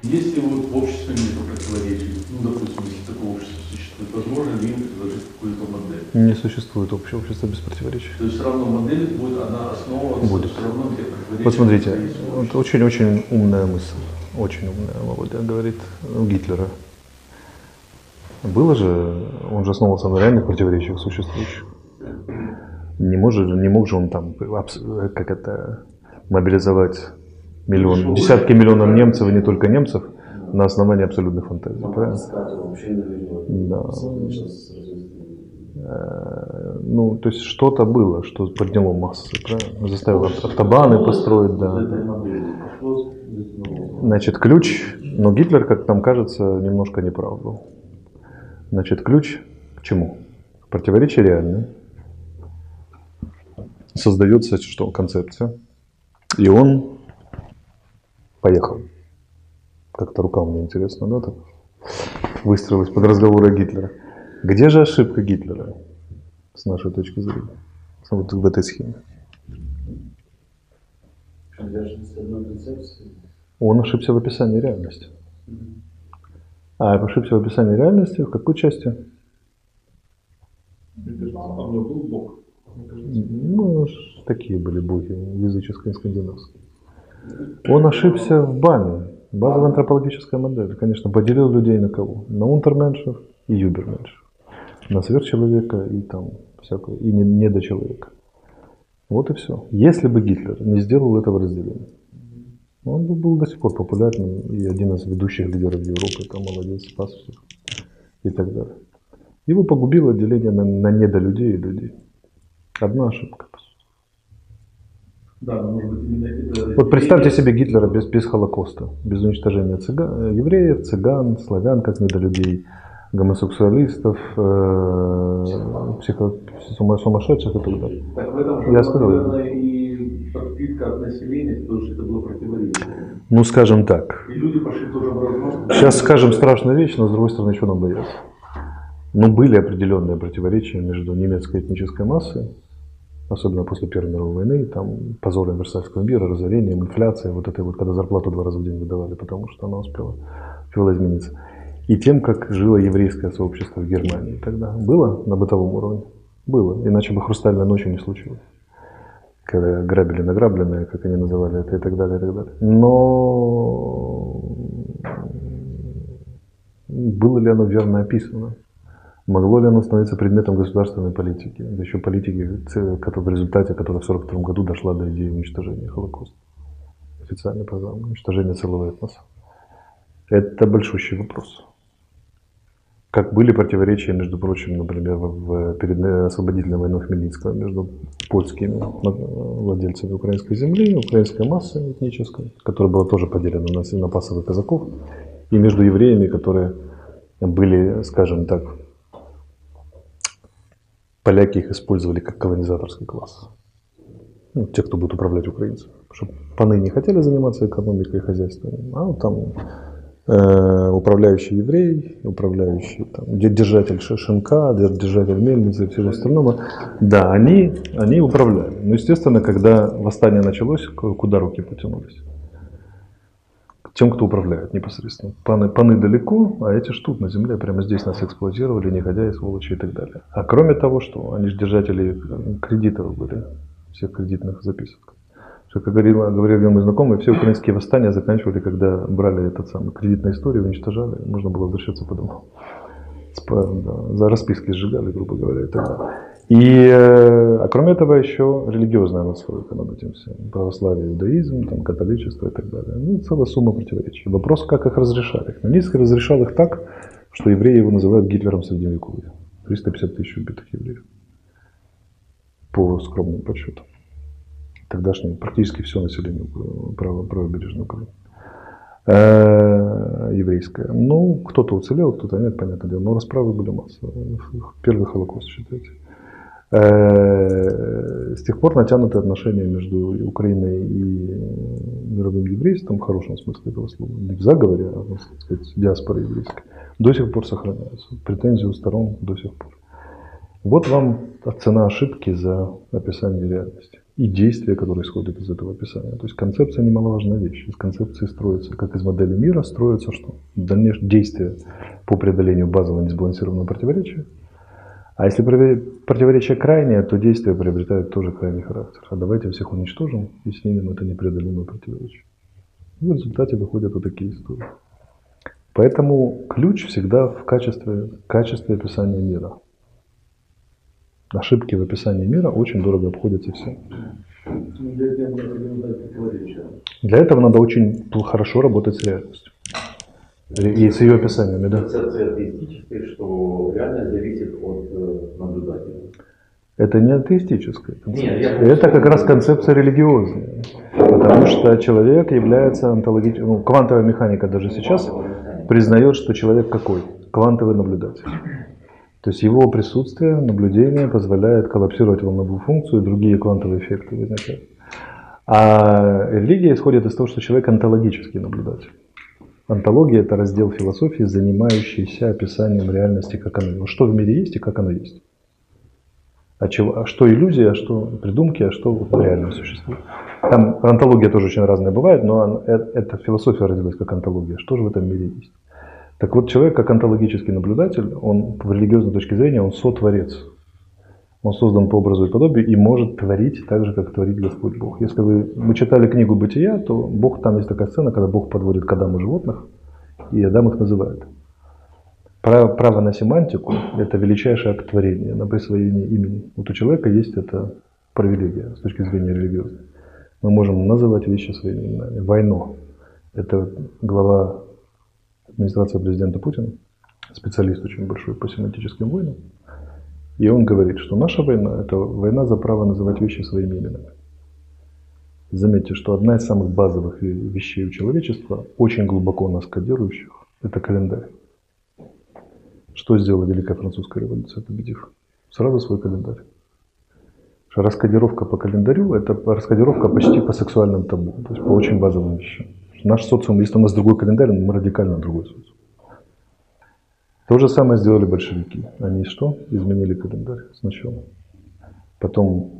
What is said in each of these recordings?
Если вот в обществе нет противоречий, ну, допустим, если такое общество существует, возможно ли им предложить какую-то модель? Не существует общества без противоречий. То есть все равно модель будет одна основа, будет. Все равно где противоречия. Вот смотрите, вот очень-очень умная мысль, очень умная, Володя, говорит Гитлера. Было же, он же основывался на реальных противоречиях существующих. Не мог же он там, как это, мобилизовать десятки миллионов немцев, и не только немцев, на основании абсолютной фантазии. Правильно? Да. Ну, то есть что-то было, что подняло массы, правильно? Заставило автобаны построить, да. Значит, ключ, но Гитлер, как нам кажется, немножко неправ был. Значит, ключ к чему? Противоречие реальное. Создается что? Концепция. И он поехал. Как-то рука мне интересна, да, так выстроилась под разговоры Гитлера. Где же ошибка Гитлера, с нашей точки зрения, вот в этой схеме? Он ошибся в описании реальности. А ошибся в описании реальности в какой части? Ну, такие были боги, языческие и скандинавские. Он ошибся в БАМе. Базовая антропологическая модель. Конечно, поделил людей на кого? На унтерменшев и юберменшев. На сверхчеловека и там всякое, и недочеловека. Вот и все. Если бы Гитлер не сделал этого разделения, он бы был до сих пор популярным и один из ведущих лидеров Европы, там молодец, спас всех и так далее. Его погубило деление на недолюдей и людей. Одна ошибка. Да, может быть, именно это... Вот представьте себе Гитлера без Холокоста, без уничтожения евреев, цыган, славян как недолюдей, гомосексуалистов, сумасшедших и так далее. Так в этом, я сказал, наверное, и подпитка от населения, потому что это было противоречие. Ну, скажем так. И люди пошли тоже в разнос. Сейчас скажем страшную вещь, но с другой стороны, чего нам бояться? Но были определенные противоречия между немецкой этнической массой, особенно после Первой мировой войны, там позором Версальского мира, разорением, инфляцией, вот этой вот, когда зарплату 2 раза в день выдавали, потому что она успела измениться. И тем, как жило еврейское сообщество в Германии тогда. Было на бытовом уровне? Было. Иначе бы хрустальной ночи не случилось. Когда грабили награбленное, как они называли это, и так далее, и так далее. Но было ли оно верно описано? Могло ли оно становиться предметом государственной политики? Да еще политики, в результате которой в 1942 году дошла до идеи уничтожения Холокоста. Официальной программы уничтожения целого этноса. Это большущий вопрос. Как были противоречия, между прочим, например, перед освободительной войной Хмельницкого между польскими владельцами украинской земли, украинской массой этнической, которая была тоже поделена на пасовых казаков, и между евреями, которые были, скажем так, поляки их использовали как колонизаторский класс. Ну, те, кто будет управлять украинцами. Потому что паны не хотели заниматься экономикой и хозяйством, а вот там управляющий еврей, управляющий там, держатель шинка, держатель мельницы и всего остального. Да, они управляли. Но, естественно, когда восстание началось, куда руки потянулись? К тем, кто управляет непосредственно. Паны далеко, а эти ж тут на земле, прямо здесь нас эксплуатировали, негодяи, сволочи и так далее. А кроме того, что они же держатели кредитов были, всех кредитных записок. Что, как говорил мой знакомый, все украинские восстания заканчивали, когда брали этот самый кредитную историю, уничтожали, можно было возвращаться по домам. Да, за расписки сжигали, грубо говоря, и так далее. А кроме этого еще религиозная настройка над этим всем. Православие, иудаизм, там, католичество и так далее. Ну, целая сумма противоречий. Вопрос, как их разрешали. Хмельницкий разрешал их так, что евреи его называют Гитлером средневековья. 350 тысяч убитых евреев. По скромным подсчетам. Тогдашнее практически все население правобережной Украины. Еврейское. Ну, кто-то уцелел, кто-то нет, понятное дело. Но расправы были массовые. Первый Холокост, считайте. С тех пор натянуты отношения между Украиной и мировым еврейством, в хорошем смысле этого слова, не в заговоре, а, так сказать, диаспоры еврейской, до сих пор сохраняются. Претензии у сторон до сих пор. Вот вам цена ошибки за описание реальности. и действия, которые исходят из этого описания. То есть концепция немаловажная вещь. Из концепции строится, как из модели мира, строится что? Дальнейшее действие по преодолению базового несбалансированного противоречия. А если противоречие крайнее, то действия приобретают тоже крайний характер. А давайте всех уничтожим и снимем это непреодолимое противоречие. И в результате выходят вот такие истории. Поэтому ключ всегда в качестве описания мира. Ошибки в описании мира очень дорого обходятся всем. Для этого надо очень хорошо работать с реальностью. И с ее описаниями, да. Концепция атеистическая, что реальность зависит от наблюдателя. Это не атеистическая концепция. Это как раз концепция религиозная. Потому что человек является онтологическим. Ну, квантовая механика даже сейчас признает, что человек какой? Квантовый наблюдатель. То есть его присутствие, наблюдение позволяет коллапсировать волновую функцию и другие квантовые эффекты возникают. А религия исходит из того, что человек онтологический наблюдатель. Онтология – это раздел философии, занимающийся описанием реальности, как она есть. Что в мире есть и как оно есть. А что иллюзия, а что придумки, а что реально существует. Там онтология тоже очень разная бывает, но эта философия родилась как онтология. Что же в этом мире есть? Так вот, человек как онтологический наблюдатель, он в религиозной точке зрения, он сотворец. Он создан по образу и подобию и может творить так же, как творит Господь Бог. Если вы читали книгу «Бытия», то Бог, там есть такая сцена, когда Бог подводит к Адаму животных, и Адам их называет. Право на семантику – это величайший акт творения, на присвоение имени. Вот у человека есть это привилегия с точки зрения религиозной. Мы можем называть вещи своими именами. Войно – это глава администрации президента Путина, специалист очень большой по семантическим войнам. И он говорит, что наша война – это война за право называть вещи своими именами. Заметьте, что одна из самых базовых вещей у человечества, очень глубоко нас кодирующих, это календарь. Что сделала Великая Французская революция, победив? Сразу свой календарь. Раскодировка по календарю – это раскодировка почти по сексуальным табу, то есть по очень базовым вещам. Наш социум, если у нас другой календарь, мы радикально другой социум. То же самое сделали большевики. Они что? Изменили календарь сначала. Потом,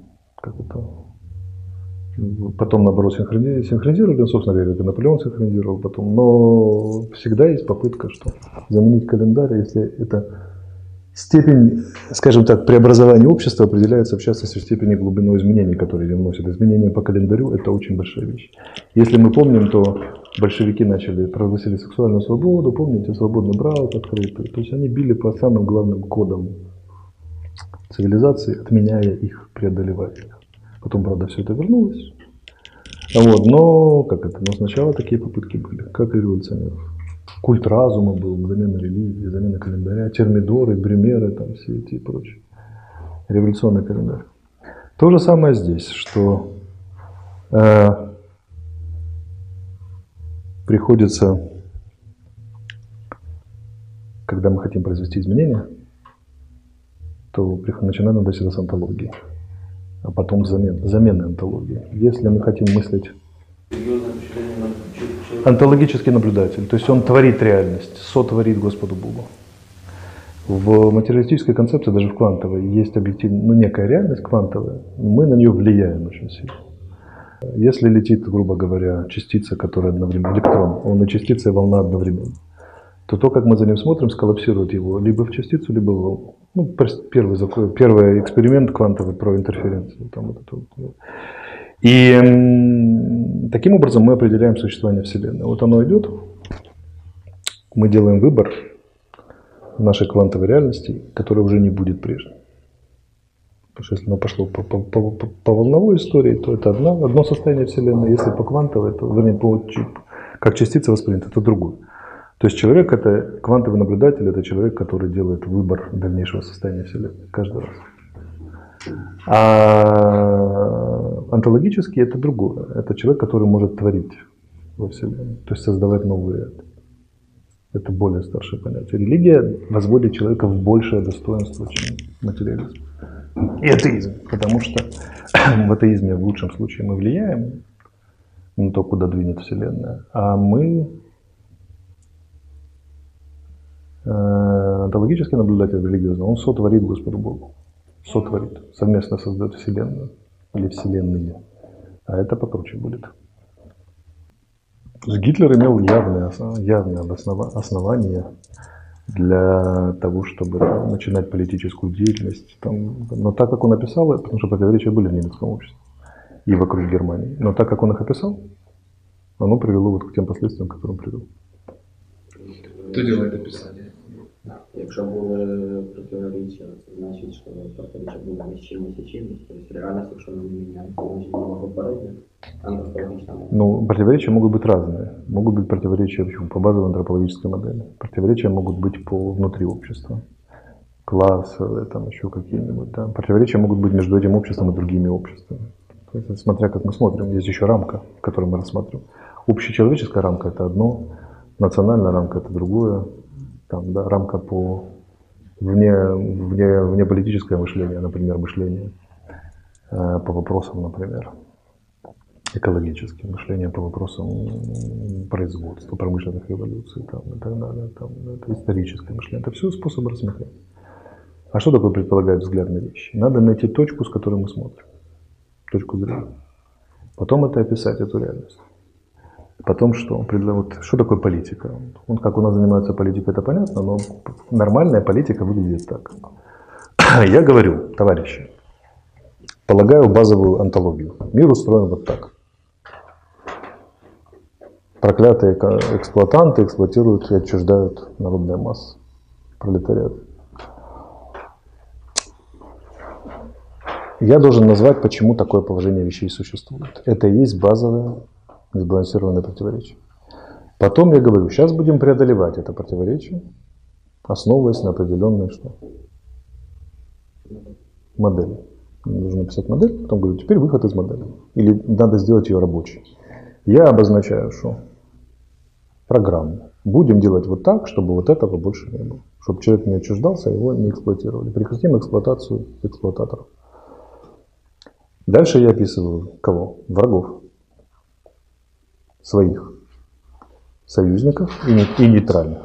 наоборот, синхронизировали, собственно говоря, как и Наполеон синхронизировал потом. Но всегда есть попытка, что заменить календарь, если это степень, скажем так, преобразования общества определяется в частности в степени глубины изменений, которые вносят. Изменения по календарю – это очень большая вещь. Если мы помним, то большевики провозгласили сексуальную свободу, помните, свободный брак открытый. То есть они били по самым главным кодам цивилизации, отменяя их, преодолевая их. Потом, правда, все это вернулось. Но сначала такие попытки были, как и революционеров. Культ разума был, замена религии, замена календаря, термидоры, бремеры, там все эти и прочее. Революционный календарь. То же самое здесь, что приходится, когда мы хотим произвести изменения, то начинаем надо всегда с онтологии, а потом замены онтологии. Если мы хотим мыслить онтологический наблюдатель, то есть он творит реальность, сотворит Господу Богу. В материалистической концепции, даже в квантовой, есть объективная, некая реальность квантовая, мы на нее влияем очень сильно. Если летит, грубо говоря, частица, которая одновременно, электрон, он и частица, и волна одновременно, то, как мы за ним смотрим, сколлапсирует его либо в частицу, либо в волну. Первый эксперимент квантовый про интерференцию. И таким образом мы определяем существование Вселенной. Вот оно идет, мы делаем выбор нашей квантовой реальности, которая уже не будет прежней. Потому что если оно пошло по волновой истории, то это одно состояние Вселенной. Если по квантовой, то, как частица воспринята, то другое. То есть человек, это квантовый наблюдатель, это человек, который делает выбор дальнейшего состояния Вселенной каждый раз. А онтологически это другое. Это человек, который может творить во Вселенной, то есть создавать новый ряд. Это более старшее понятие. Религия возводит человека в большее достоинство, чем материализм. И атеизм. Потому что в атеизме в лучшем случае мы влияем на то, куда двинет Вселенная. А мы, онтологический наблюдатель религиозный, он сотворит Господу Богу. Сотворит. Совместно создает Вселенную. или вселенные. А это покруче будет. Гитлер имел явные основания для того, чтобы начинать политическую деятельность. Но так как он описал, потому что противоречия были в немецком обществе и вокруг Германии, но так как он их описал, оно привело вот к тем последствиям, к которым привело. Хто делает описание? Якщо були противоречия, це значить, що противоречия були між чимось і чимось. Тобто реальність, якщо не міняється, значить була попередня антропологічна модель. Ну, противоречия могут быть разные. Могут быть противоречия по базовой антропологической модели. Противоречия могут быть внутри общества. Классовые, там еще какие-нибудь. Да. Противоречия могут быть между этим обществом и другими обществами. То есть, смотря как мы смотрим, есть еще рамка, которую мы рассматриваем. Общечеловеческая рамка – это одно, национальная рамка – это другое. Там, да, рамка по внеполитическое мышление, например, мышление по вопросам, например, экологическим, мышление по вопросам производства, промышленных революций там, и так далее. Там, это историческое мышление. Это все способы рассмотрения. А что такое предполагает взгляд на вещи? Надо найти точку, с которой мы смотрим. Точку зрения. Потом это описать, эту реальность. Потом что? Что такое политика? Как у нас занимается политикой, это понятно, но нормальная политика выглядит так. Я говорю, товарищи, полагаю базовую онтологию. Мир устроен вот так. Проклятые эксплуатанты эксплуатируют и отчуждают народные массы, пролетариат. Я должен назвать, почему такое положение вещей существует. Это и есть базовое несбалансированное противоречие. Потом я говорю, сейчас будем преодолевать это противоречие, основываясь на определенной что? Модели. Нужно написать модель, потом говорю, теперь выход из модели. Или надо сделать ее рабочей. Я обозначаю, что программу. Будем делать вот так, чтобы вот этого больше не было. Чтобы человек не отчуждался, его не эксплуатировали. Прекратим эксплуатацию эксплуататоров. Дальше я описываю кого? Врагов. Своих. Союзников и нейтральных.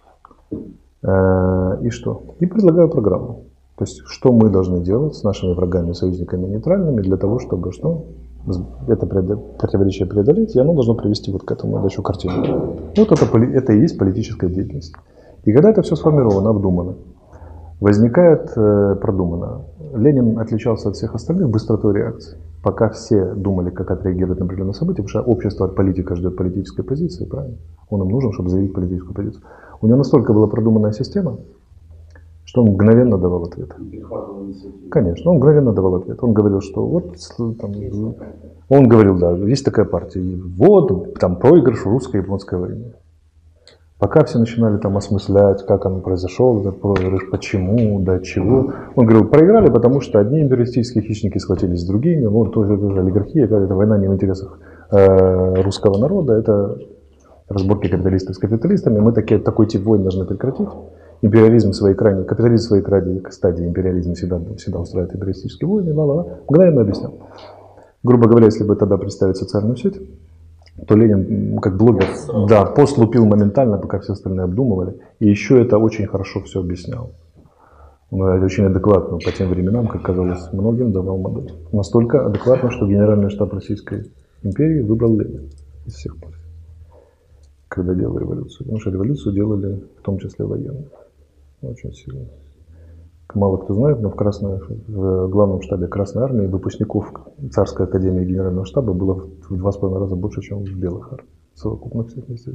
И что? И предлагаю программу. То есть, что мы должны делать с нашими врагами, союзниками и нейтральными для того, чтобы что? Это противоречие преодолеть, и оно должно привести вот к этому. Надо еще картину. Вот это и есть политическая деятельность. И когда это все сформировано, обдумано, возникает продуманно. Ленин отличался от всех остальных быстротой реакции. Пока все думали, как отреагировать на определенные события, потому что общество от политика ждет политической позиции, правильно? Он им нужен, чтобы заявить политическую позицию. У него настолько была продуманная система, что он мгновенно давал ответ. Конечно, он мгновенно давал ответ. Он говорил, что вот, там, он говорил, да, есть такая партия, вот, там, проигрыш в русско-японской войне. Пока все начинали там осмыслять, как он произошел, этот проигрыш, почему, до чего. Он говорил, проиграли, потому что одни империалистические хищники схватились с другими, вот тоже олигархия, это война не в интересах русского народа, это разборки капиталистов с капиталистами, мы такой тип войн должны прекратить. Империализм капитализм в своей крайней стадии империализм всегда устраивает империалистические войны, мгновенно объяснял. Грубо говоря, если бы тогда представить социальную сеть, то Ленин, как блогер, да, пост лупил моментально, пока все остальные обдумывали. И еще это очень хорошо все объяснял. Очень адекватно по тем временам, как казалось многим, давал модель. Настолько адекватно, что Генеральный штаб Российской империи выбрал Ленина из всех партий, когда делал революцию. Потому что революцию делали в том числе военные. Очень сильно. Мало кто знает, но в главном штабе Красной Армии выпускников Царской Академии Генерального штаба было в 2,5 раза больше, чем в белых армиях. Совокупно всех вместе.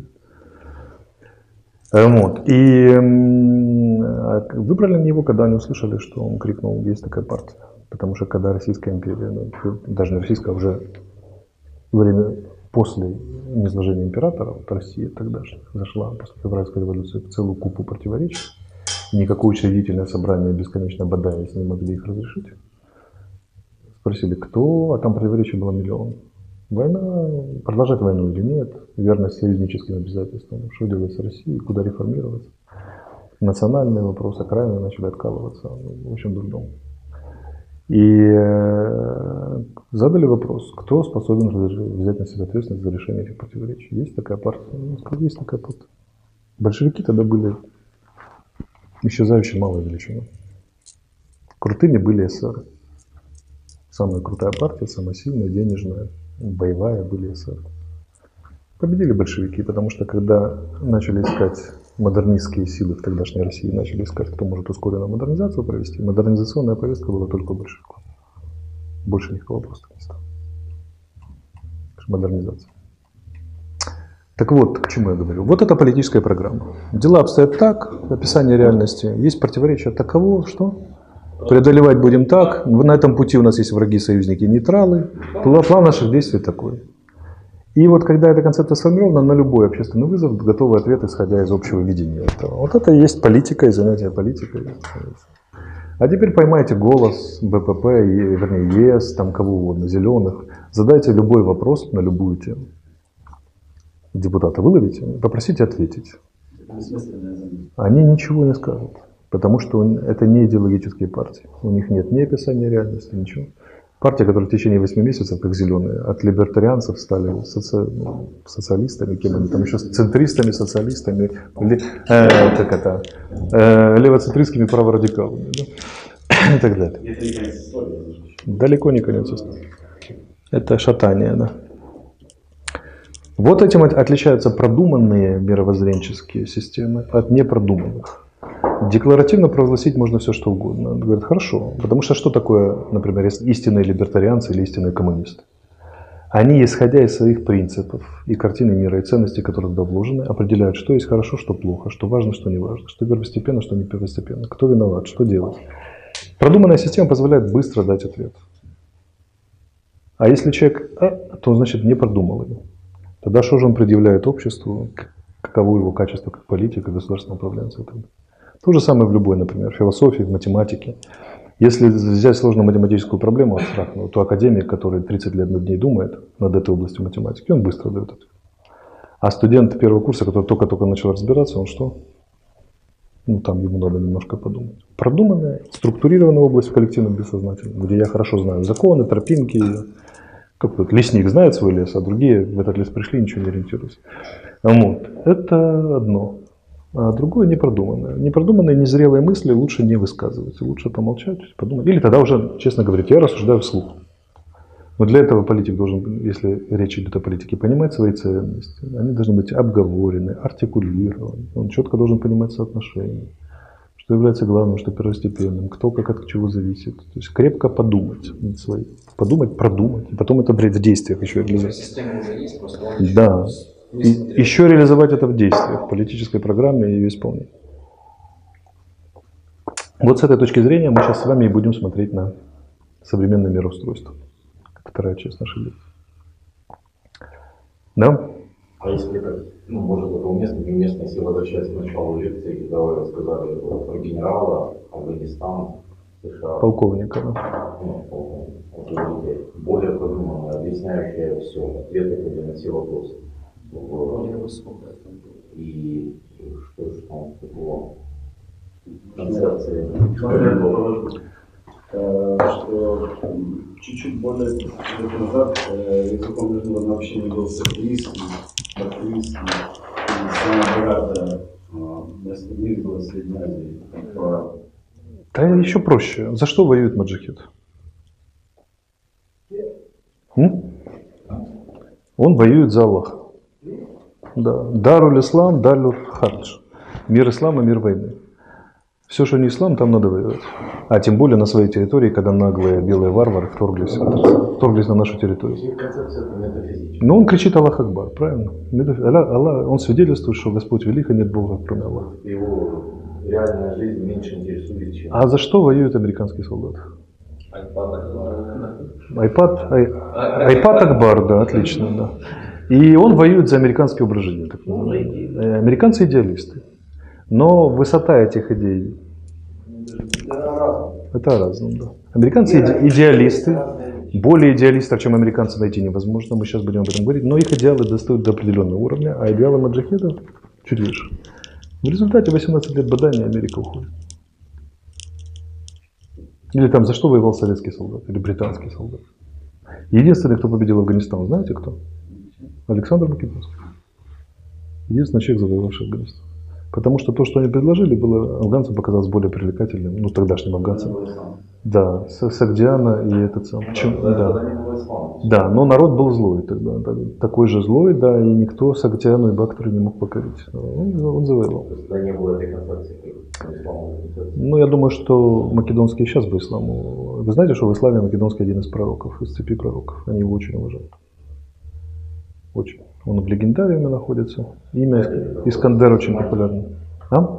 Вот. И выбрали его, когда они услышали, что он крикнул, есть такая партия. Потому что когда Российская империя, даже не российская, а уже время после низложения императора, вот Россия тогда же зашла после февральской революции в целую купу противоречий. Никакое учредительное собрание, бесконечно бодаясь, не могли их разрешить. Спросили, кто, а там противоречий было миллион. Война, продолжать войну или нет, верность союзническим обязательствам, что делать с Россией, куда реформироваться. Национальные вопросы, окраины начали откалываться, в общем, дурдом. И задали вопрос, кто способен взять на себя ответственность за решение этих противоречий. Есть такая партия? Есть такая партия. Большевики тогда были исчезающей малой величиной. Крутыми были эсеры. Самая крутая партия, самая сильная, денежная, боевая были эсеры. Победили большевики, потому что когда начали искать модернистские силы в тогдашней России, начали искать, кто может ускоренную модернизацию провести, модернизационная повестка была только у большевиков. Больше никого просто не стало. Модернизация. Так вот, к чему я говорю. Вот это политическая программа. Дела обстоят так, описание реальности. Есть противоречия таково, что преодолевать будем так. На этом пути у нас есть враги, союзники, нейтралы. План наших действий такой. И вот когда эта концепция сформирована, на любой общественный вызов готовый ответ, исходя из общего видения этого. Вот это и есть политика и занятие политикой. А теперь поймайте голос БПП, вернее ЕС, там кого угодно, зеленых. Задайте любой вопрос на любую тему. Депутата выловите, попросите ответить. Они ничего не скажут, потому что это не идеологические партии. У них нет ни описания реальности, ничего. Партия, которая в течение 8 месяцев, как зеленые, от либертарианцев стали социалистами, кем они там еще, центристами, социалистами, левоцентристскими праворадикалами, да? И так далее. Далеко не конец истории. Это шатание, да. Вот этим отличаются продуманные мировоззренческие системы от непродуманных. Декларативно провозгласить можно все, что угодно. Он говорит, хорошо, потому что такое, например, истинные либертарианцы или истинные коммунисты? Они, исходя из своих принципов и картины мира, и ценностей, которые туда вложены, определяют, что есть хорошо, что плохо, что важно, что не важно, что первостепенно, что не первостепенно, кто виноват, что делать. Продуманная система позволяет быстро дать ответ. А если человек то он, значит, не продумал его. Тогда что же он предъявляет обществу, каково его качество как политика, государственного управленца и так далее. То же самое в любой, например, философии, в математике. Если взять сложную математическую проблему абстрактную, то академик, который 30 лет над ней думает, над этой областью математики, он быстро дает ответ. А студент первого курса, который только-только начал разбираться, он что? Ну, там ему надо немножко подумать. Продуманная, структурированная область в коллективном бессознательном, где я хорошо знаю законы, тропинки. Как вот лесник знает свой лес, а другие в этот лес пришли, ничего не ориентируются. Вот. Это одно. А другое непродуманное. Непродуманные, незрелые мысли лучше не высказывать. Лучше помолчать, подумать. Или тогда уже честно говорить, я рассуждаю вслух. Но для этого политик должен, если речь идет о политике, понимать свои ценности. Они должны быть обговорены, артикулированы. Он четко должен понимать соотношения. Что является главным, что первостепенным, кто как от чего зависит. То есть крепко подумать над своим. Подумать, продумать. И потом это в действиях еще реализовать. Система уже есть, просто да. И еще реализовать это в действиях, в политической программе и ее исполнении. Вот с этой точки зрения мы сейчас с вами и будем смотреть на современное мироустройство. Вторая часть нашей лекции. Да? А если как, может это уместно, неуместно, если возвращаясь к началу лекции, когда вы рассказали про генерала Афганистана, США. Полковника, да. Более продуманное, объясняющее все, ответы на все вопросы. более высокая. И что же там такого? Концепции. Что чуть-чуть более лет назад языком международного общения был софиистский, бактерийский, и самая богатая место в мире была Средняя Азия. Да еще проще. За что воюет маджахед? Он воюет за Аллаха. Да. Даруль ислам, даруль хадж. Мир ислама, мир войны. Все, что не ислам, там надо воевать. А тем более на своей территории, когда наглые белые варвары вторглись на нашу территорию. Но он кричит Аллах Акбар, правильно? Аллах, он свидетельствует, что Господь велик, и нет Бога, кроме Аллаха. Его реальная жизнь меньше интересует, чем... А за что воюет американский солдат? Айпад Акбар, да, отлично, да. И он воюет за американский образ жизни, так называемый. Американцы идеалисты. Но высота этих идей это разно, да. Американцы идеалисты, более идеалистов, чем американцы, найти невозможно. Мы сейчас будем об этом говорить. Но их идеалы достают до определенного уровня, а идеалы маджахедов чуть выше. В результате 18 лет бадания Америка уходит. Или там за что воевал советский солдат, или британский солдат. Единственный, кто победил Афганистан, знаете кто? Александр Македонский. Единственный человек, завоевавший Афганистан. Потому что то, что они предложили, было афганцам показалось более привлекательным, ну, тогдашним афганцам. Да, Сагдиана и этот сам. Почему? Да. Да, но народ был злой тогда, такой же злой, да, и никто Сагдиану и Бактора не мог покорить. Он завоевал. То есть тогда не было этой концепции, как ислама. Ну, я думаю, что македонские сейчас бы исламу... Вы знаете, что в исламе македонский один из пророков, из цепи пророков. Они его очень уважают. Очень. Он в легендариуме находится. Имя Искандер очень популярно. А?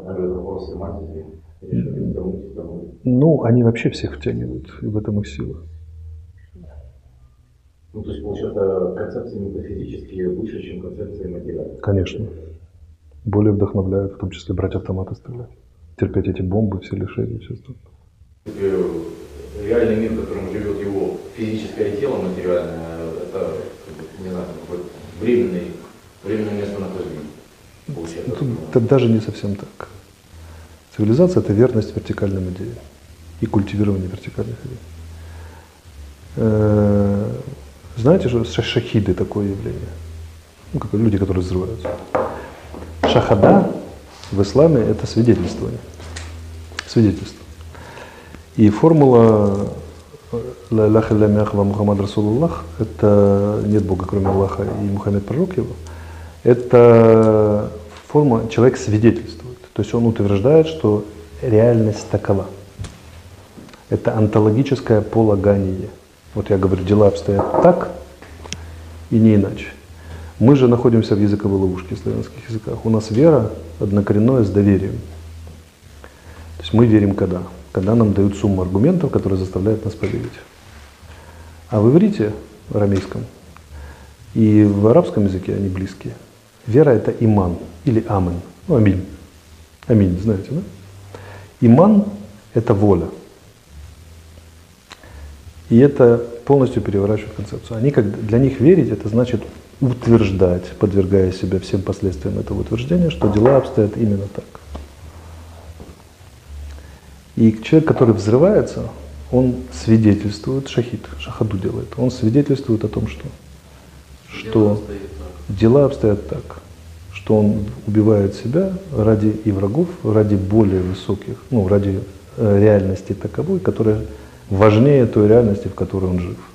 Ну, они вообще всех втягивают, и в этом их сила. Ну, то есть, получается, концепции метафизические выше, чем концепции материальные. Конечно. Более вдохновляют, в том числе брать автоматы стрелять. Терпеть эти бомбы, все лишения, все остальное. Реальный мир, в котором живет его физическое тело материальное, это, не знаю, какое-то временное местонахождение. Это даже не совсем так. Цивилизация – это верность вертикальным идеям и культивирование вертикальных идей. Знаете, что шахиды такое явление? Ну, как люди, которые взрываются. Шахада в исламе – это свидетельствование. Свидетельство. И формула «Ла иляха илля Аллах ва Мухаммад Расулуллах» – это «нет Бога, кроме Аллаха, и Мухаммед пророк его». Это форма «человек свидетельствует». То есть он утверждает, что реальность такова. Это онтологическое полагание. Вот я говорю, дела обстоят так и не иначе. Мы же находимся в языковой ловушке, в славянских языках. У нас вера однокоренная с доверием. То есть мы верим когда? Когда нам дают сумму аргументов, которые заставляют нас поверить. А в иврите, в арамейском, и в арабском языке они близкие. Вера – это иман или амен. Ну, аминь. Аминь, знаете, да? Иман – это воля. И это полностью переворачивает концепцию. Для них верить – это значит утверждать, подвергая себя всем последствиям этого утверждения, что дела обстоят именно так. И человек, который взрывается, он свидетельствует, шахаду делает, он свидетельствует о том, что дела обстоят так, что он убивает себя ради и врагов, ради более высоких, ну, ради реальности таковой, которая важнее той реальности, в которой он жив.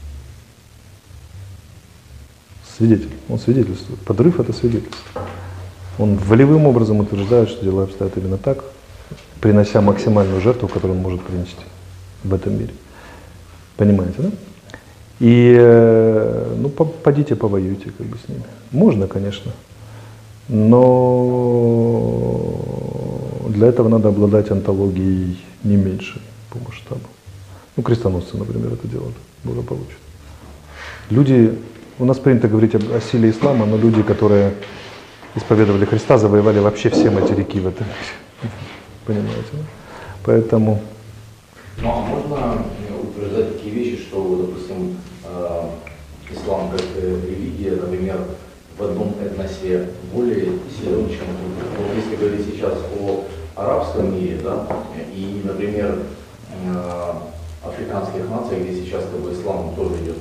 Свидетель, он свидетельствует. Подрыв – это свидетельство. Он волевым образом утверждает, что дела обстоят именно так, принося максимальную жертву, которую он может принести в этом мире. Понимаете, да? И, ну, подите, повоюйте как бы с ними. Можно, конечно, но для этого надо обладать онтологией не меньше по масштабу. Ну, крестоносцы, например, это делали благополучно. Люди, у нас принято говорить о силе ислама, но люди, которые исповедовали Христа, завоевали вообще все материки в этом мире. Понимаете, да? Поэтому... Ну, а можно утверждать такие вещи, что, допустим, ислам как религия, например, в одном этносе более силен, чем в другом? Вот если говорить сейчас о арабском мире, да, и, например, африканских нациях, где сейчас как бы ислам тоже идет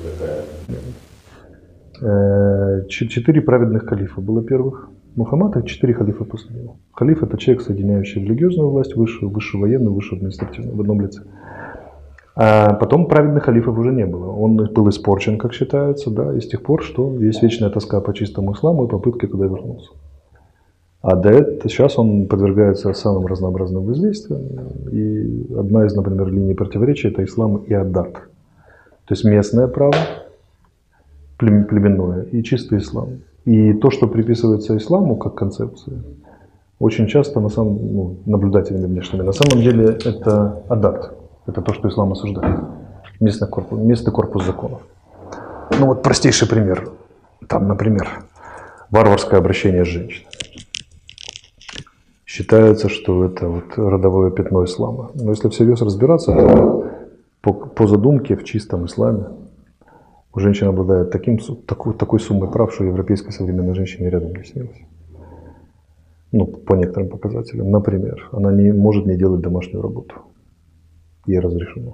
такая... 4 праведных калифа было первых. Мухаммад и 4 халифа после него. Халиф – это человек, соединяющий религиозную власть, высшую военную, высшую административную в одном лице. А потом праведных халифов уже не было. Он был испорчен, как считается, да, и с тех пор, что есть вечная тоска по чистому исламу и попытки туда вернуться. А до этого сейчас он подвергается самым разнообразным воздействиям. И одна из, например, линий противоречия – это ислам и адат. То есть местное право, племенное и чистый ислам. И то, что приписывается исламу как концепция, очень часто наблюдателями внешними, на самом деле это адат. Это то, что ислам осуждает. Местный корпус законов. Ну вот простейший пример. Там, например, варварское обращение с женщиной. Считается, что это вот родовое пятно ислама. Но если всерьез разбираться, то по задумке в чистом исламе женщина обладает такой суммой прав, что европейской современной женщине рядом не снилось. Ну, по некоторым показателям. Например, она не может не делать домашнюю работу. Ей разрешено.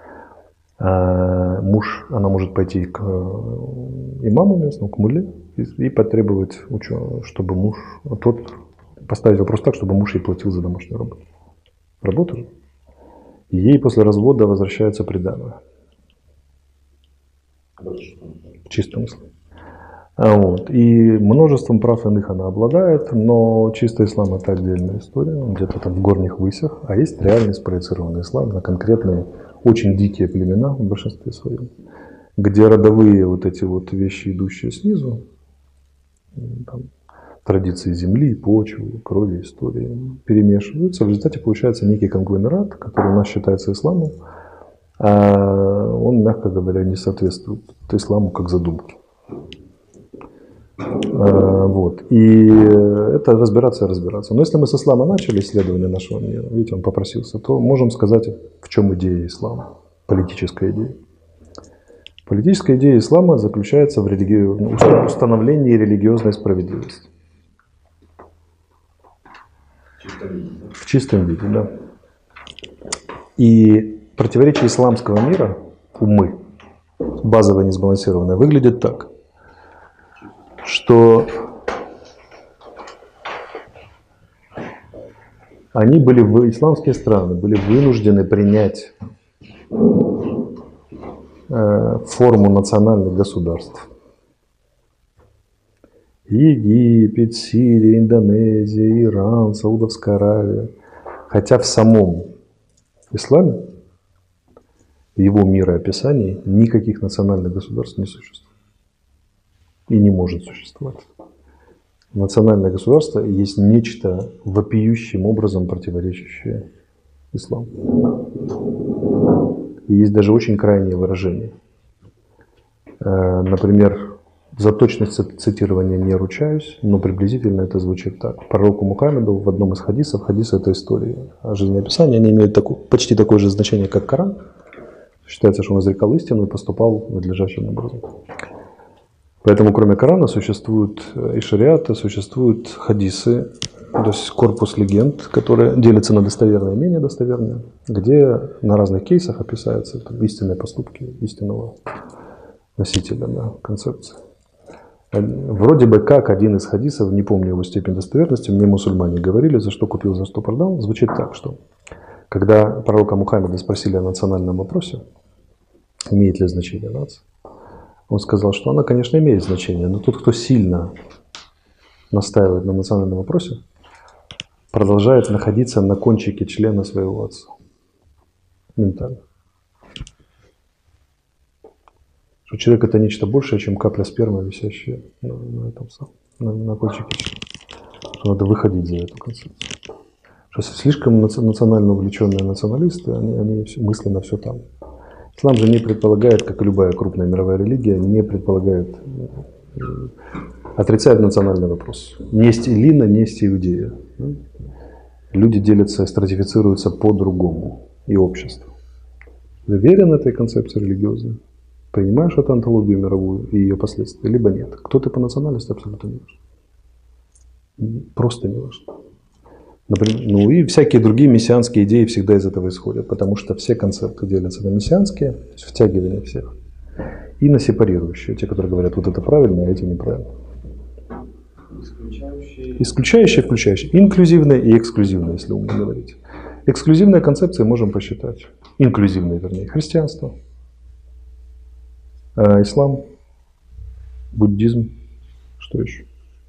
А она может пойти к имаму местному, к мулле, и потребовать, чтобы муж, тот поставить вопрос так, чтобы муж ей платил за домашнюю работу. Работу же. И ей после развода возвращается приданое. В чистом смысле. Вот. И множеством прав иных она обладает, но чистый ислам — это отдельная история, он где-то там в горних высях, а есть реальный спроецированный ислам на конкретные, очень дикие племена в большинстве своем, где родовые вот эти вот вещи, идущие снизу, там, традиции земли, почвы, крови, истории, перемешиваются, в результате получается некий конгломерат, который у нас считается исламом, а он, мягко говоря, не соответствует исламу как задумке. Вот. И это разбираться. Но если мы с ислама начали исследование нашего мира, видите, он попросился, то можем сказать, в чем идея ислама, политическая идея. Политическая идея ислама заключается в установлении религиозной справедливости. В чистом виде, да. И противоречие исламского мира, умы, базово несбалансированное, выглядит так, что они были, исламские страны были вынуждены принять форму национальных государств. Египет, Сирия, Индонезия, Иран, Саудовская Аравия. Хотя в самом исламе, в его мироописании, никаких национальных государств не существует. И не может существовать. Национальное государство есть нечто вопиющим образом противоречащее исламу. И есть даже очень крайние выражения. Например, за точность цитирования не ручаюсь, но приблизительно это звучит так. Пророку Мухаммеду в одном из хадисов, хадис — это история о жизнеописании, они имеют почти такое же значение, как Коран. Считается, что он изрекал истину и поступал надлежащим образом. Поэтому кроме Корана существуют и шариаты, существуют хадисы, то есть корпус легенд, которые делятся на достоверные и менее достоверные, где на разных кейсах описываются истинные поступки истинного носителя, да, концепции. Вроде бы как один из хадисов, не помню его степень достоверности, мне мусульмане говорили, за что купил, за что продал, звучит так, что когда пророка Мухаммеда спросили о национальном вопросе, имеет ли значение нация, он сказал, что она, конечно, имеет значение, но тот, кто сильно настаивает на национальном вопросе, продолжает находиться на кончике члена своего отца. Ментально. Что человек — это нечто большее, чем капля спермы, висящая на кончике члена. Что надо выходить за эту концепцию. Что слишком национально увлеченные националисты, они мысленно все там. Ислам же не предполагает, как и любая крупная мировая религия, не предполагает, отрицает национальный вопрос. Несть Илина, несть Иудея. Люди делятся, стратифицируются по-другому. И общество. Ты верен этой концепции религиозной? Принимаешь эту антологию мировую и ее последствия, либо нет. Кто ты по национальности, абсолютно не важно. Просто не важно. Например, и всякие другие мессианские идеи всегда из этого исходят, потому что все концепты делятся на мессианские, то есть втягивание всех, и на сепарирующие, те, которые говорят, вот это правильно, а эти неправильно. Исключающие, включающие. Инклюзивные и эксклюзивные, если умно говорить. Эксклюзивные концепции можем посчитать. Инклюзивные, вернее, христианство, ислам, буддизм, что еще?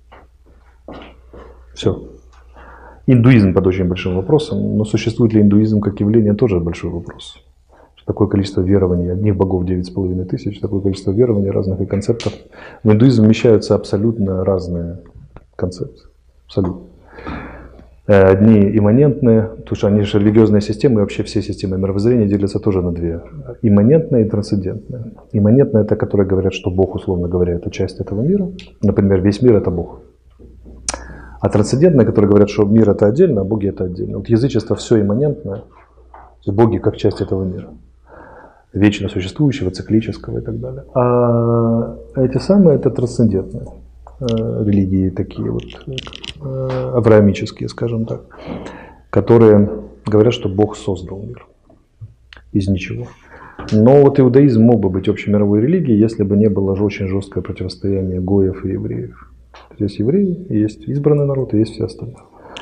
Все. Индуизм под очень большим вопросом, но существует ли индуизм как явление, тоже большой вопрос. Такое количество верований, одних богов 9500, такое количество верований разных и концептов. В индуизм вмещаются абсолютно разные концепции. Абсолютно. Одни имманентные, потому что они же религиозные системы, и вообще все системы мировоззрения делятся тоже на две. Имманентные и трансцендентные. Имманентные — это которые говорят, что Бог, условно говоря, это часть этого мира. Например, весь мир — это Бог. А трансцендентные, которые говорят, что мир — это отдельно, а боги — это отдельно. Вот язычество все имманентное, боги как часть этого мира. Вечно существующего, циклического и так далее. А эти самые — это трансцендентные религии, такие вот авраамические, скажем так, которые говорят, что Бог создал мир из ничего. Но вот иудаизм мог бы быть общемировой религией, если бы не было очень жесткое противостояние гоев и евреев. Есть евреи, есть избранный народ, и есть все остальные.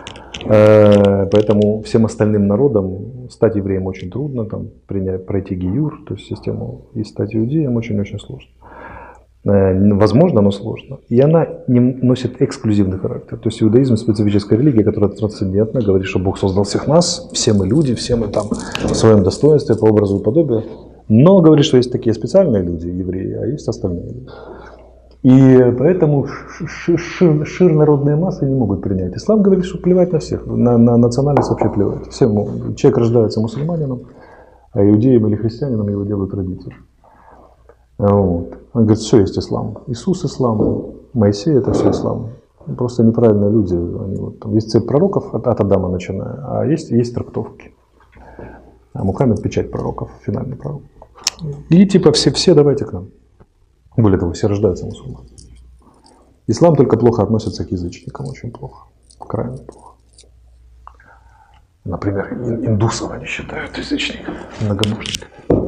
Поэтому всем остальным народам стать евреем очень трудно, там, пройти гиюр, то есть систему, и стать иудеем очень-очень сложно. Возможно, но сложно. И она не носит эксклюзивный характер. То есть иудаизм — специфическая религия, которая трансцендентна, говорит, что Бог создал всех нас, все мы люди, все мы там в своем достоинстве, по образу и подобию. Но говорит, что есть такие специальные люди, евреи, а есть остальные люди. И поэтому шир народные массы не могут принять. Ислам говорит, что плевать на всех, на национальность вообще плевать. Всем, человек рождается мусульманином, а иудеем или христианином его делают родители. Вот. Он говорит, все есть ислам. Иисус ислам, Моисей — это все ислам. Просто неправильные люди. Они вот, там есть цепь пророков от Адама начиная, а есть трактовки. А Мухаммед — печать пророков, финальный пророк. И типа все давайте к нам. Более того, все рождаются мусульмане. Ислам только плохо относится к язычникам, очень плохо, крайне плохо. Например, индусов они считают язычниками, многобожниками.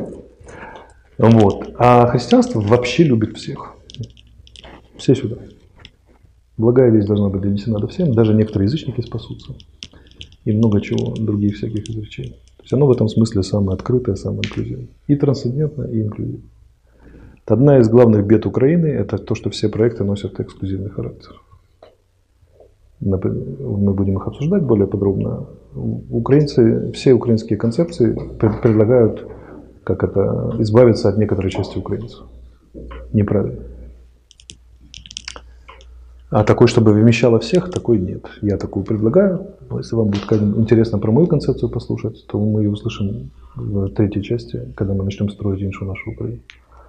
Вот. А христианство вообще любит всех. Все сюда. Благая весть должна быть донесена до всем, даже некоторые язычники спасутся. И много чего, других всяких изречений. То есть оно в этом смысле самое открытое, самое инклюзивное. И трансцендентное, и инклюзивное. Одна из главных бед Украины — это то, что все проекты носят эксклюзивный характер. Мы будем их обсуждать более подробно. Украинцы, все украинские концепции предлагают, как это, избавиться от некоторой части украинцев. Неправильно. А такой, чтобы вмещало всех, такой нет. Я такую предлагаю. Но если вам будет интересно про мою концепцию послушать, то мы ее услышим в третьей части, когда мы начнем строить иншу нашу Украину.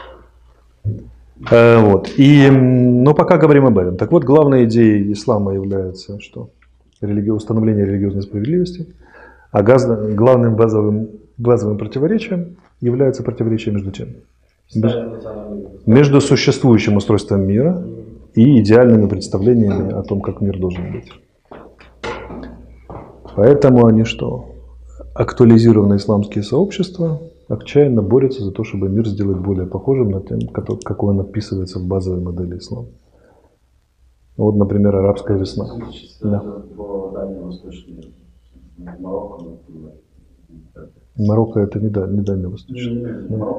Вот. Но пока говорим об этом. Так вот, главной идеей ислама является что? Установление религиозной справедливости. А главным базовым противоречием является противоречие между чем? Между существующим устройством мира и идеальными представлениями о том, как мир должен быть. Поэтому они что? Актуализированные исламские сообщества отчаянно борются за то, чтобы мир сделать более похожим на тем, какой он описывается в базовой модели ислама. Вот, например, арабская весна. Да. Марокко — это не дальневосточный.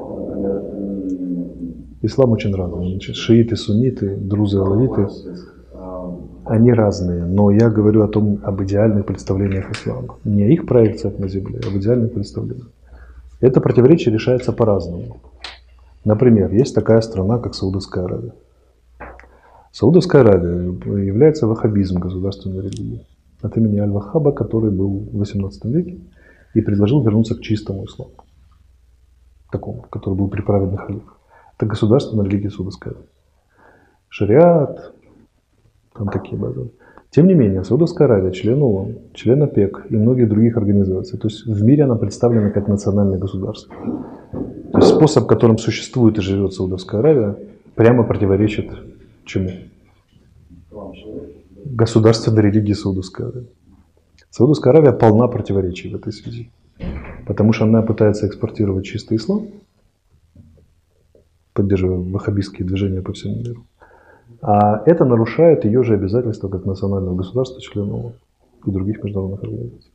Ислам очень разный. Значит, шииты, сунниты, друзы, алавиты. Они разные, но я говорю об идеальных представлениях ислама. Не о их проекциях на земле, а об идеальных представлениях. Это противоречие решается по-разному. Например, есть такая страна, как Саудовская Аравия. Саудовская Аравия является ваххабизм государственной религией. От имени Аль-Ваххаба, который был в XVIII веке и предложил вернуться к чистому исламу. Такому, который был при праведных халифах. Это государственная религия Саудовской Аравии. Шариат, там такие базовые. Тем не менее, Саудовская Аравия, член ООН, член ОПЕК и многих других организаций. То есть в мире она представлена как национальное государство. То есть способ, которым существует и живет Саудовская Аравия, прямо противоречит чему? Государственной религии Саудовской Аравии. Саудовская Аравия полна противоречий в этой связи. Потому что она пытается экспортировать чистый ислам, поддерживая ваххабистские движения по всему миру. А это нарушает ее же обязательства как национального государства, члена ООН и других международных организаций.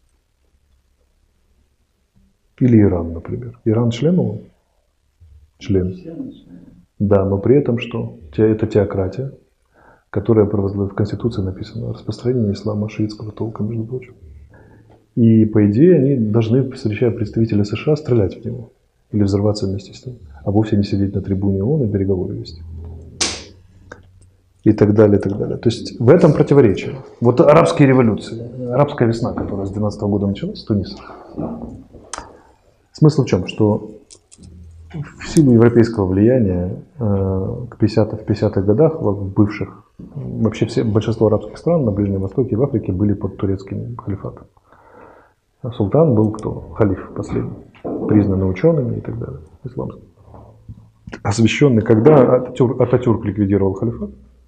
Или Иран, например. Иран член ООН? Член. Да, но при этом что? Это теократия, которая в Конституции написано распространение ислама шиитского толка, между прочим. И по идее они должны, встречая представителя США, стрелять в него или взорваться вместе с ним, а вовсе не сидеть на трибуне ООН и переговоры вести. И так далее, и так далее. То есть в этом противоречие. Вот арабские революции, арабская весна, которая с 12 года началась, с Туниса. Смысл в чем? Что в силу европейского влияния в 50-х годах, в бывших, вообще большинство арабских стран на Ближнем Востоке и в Африке были под турецким халифатом. А султан был кто? Халиф последний, признанный учеными и так далее, исламский. Освященный, когда Ататюрк ликвидировал халифат,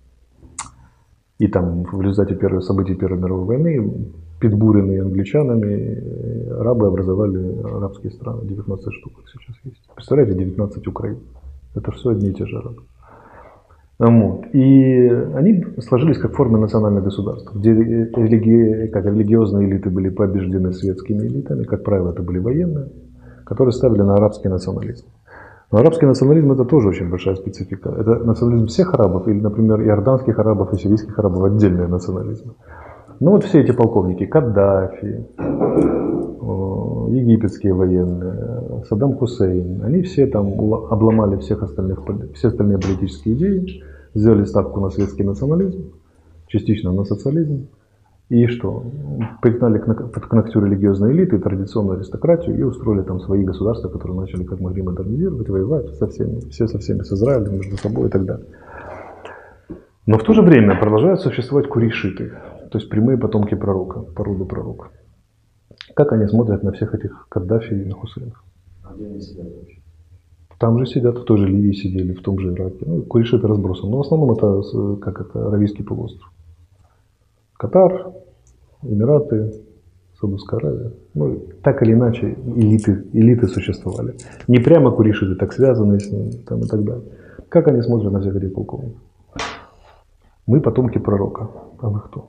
и там в результате событий Первой мировой войны, подбуренные англичанами, арабы образовали арабские страны. 19 штук сейчас есть. Представляете, 19 Украин. Это все одни и те же арабы. Вот. И они сложились как формы национальных государств, где религиозные элиты были побеждены светскими элитами, как правило, это были военные, которые ставили на арабский национализм. Но арабский национализм – это тоже очень большая специфика. Это национализм всех арабов или, например, иорданских арабов и сирийских арабов – отдельные национализмы. Ну вот все эти полковники – Каддафи, египетские военные, Саддам Хусейн, они все там обломали все остальные политические идеи, сделали ставку на светский национализм, частично на социализм. И что? Пригнали к ногтю религиозной элиты, традиционную аристократию и устроили там свои государства, которые начали как могли модернизировать, воевать со всеми, все со всеми, с Израилем, между собой и так далее. Но в то же время продолжают существовать курейшиты, то есть прямые потомки пророка, по роду пророка. Как они смотрят на всех этих Каддафи и на Хусейнов? А где они сидят вообще? Там же сидят, в той же Ливии сидели, в том же Ираке. Ну, курейшиты разбросаны. Но в основном это Аравийский полуостров. Катар, Эмираты, Саудовская Аравия. Ну, так или иначе, элиты существовали. Не прямо курейшиты, так связанные с ними там, и так далее. Как они смотрят на всех этих полковников? Мы потомки пророка. А вы кто?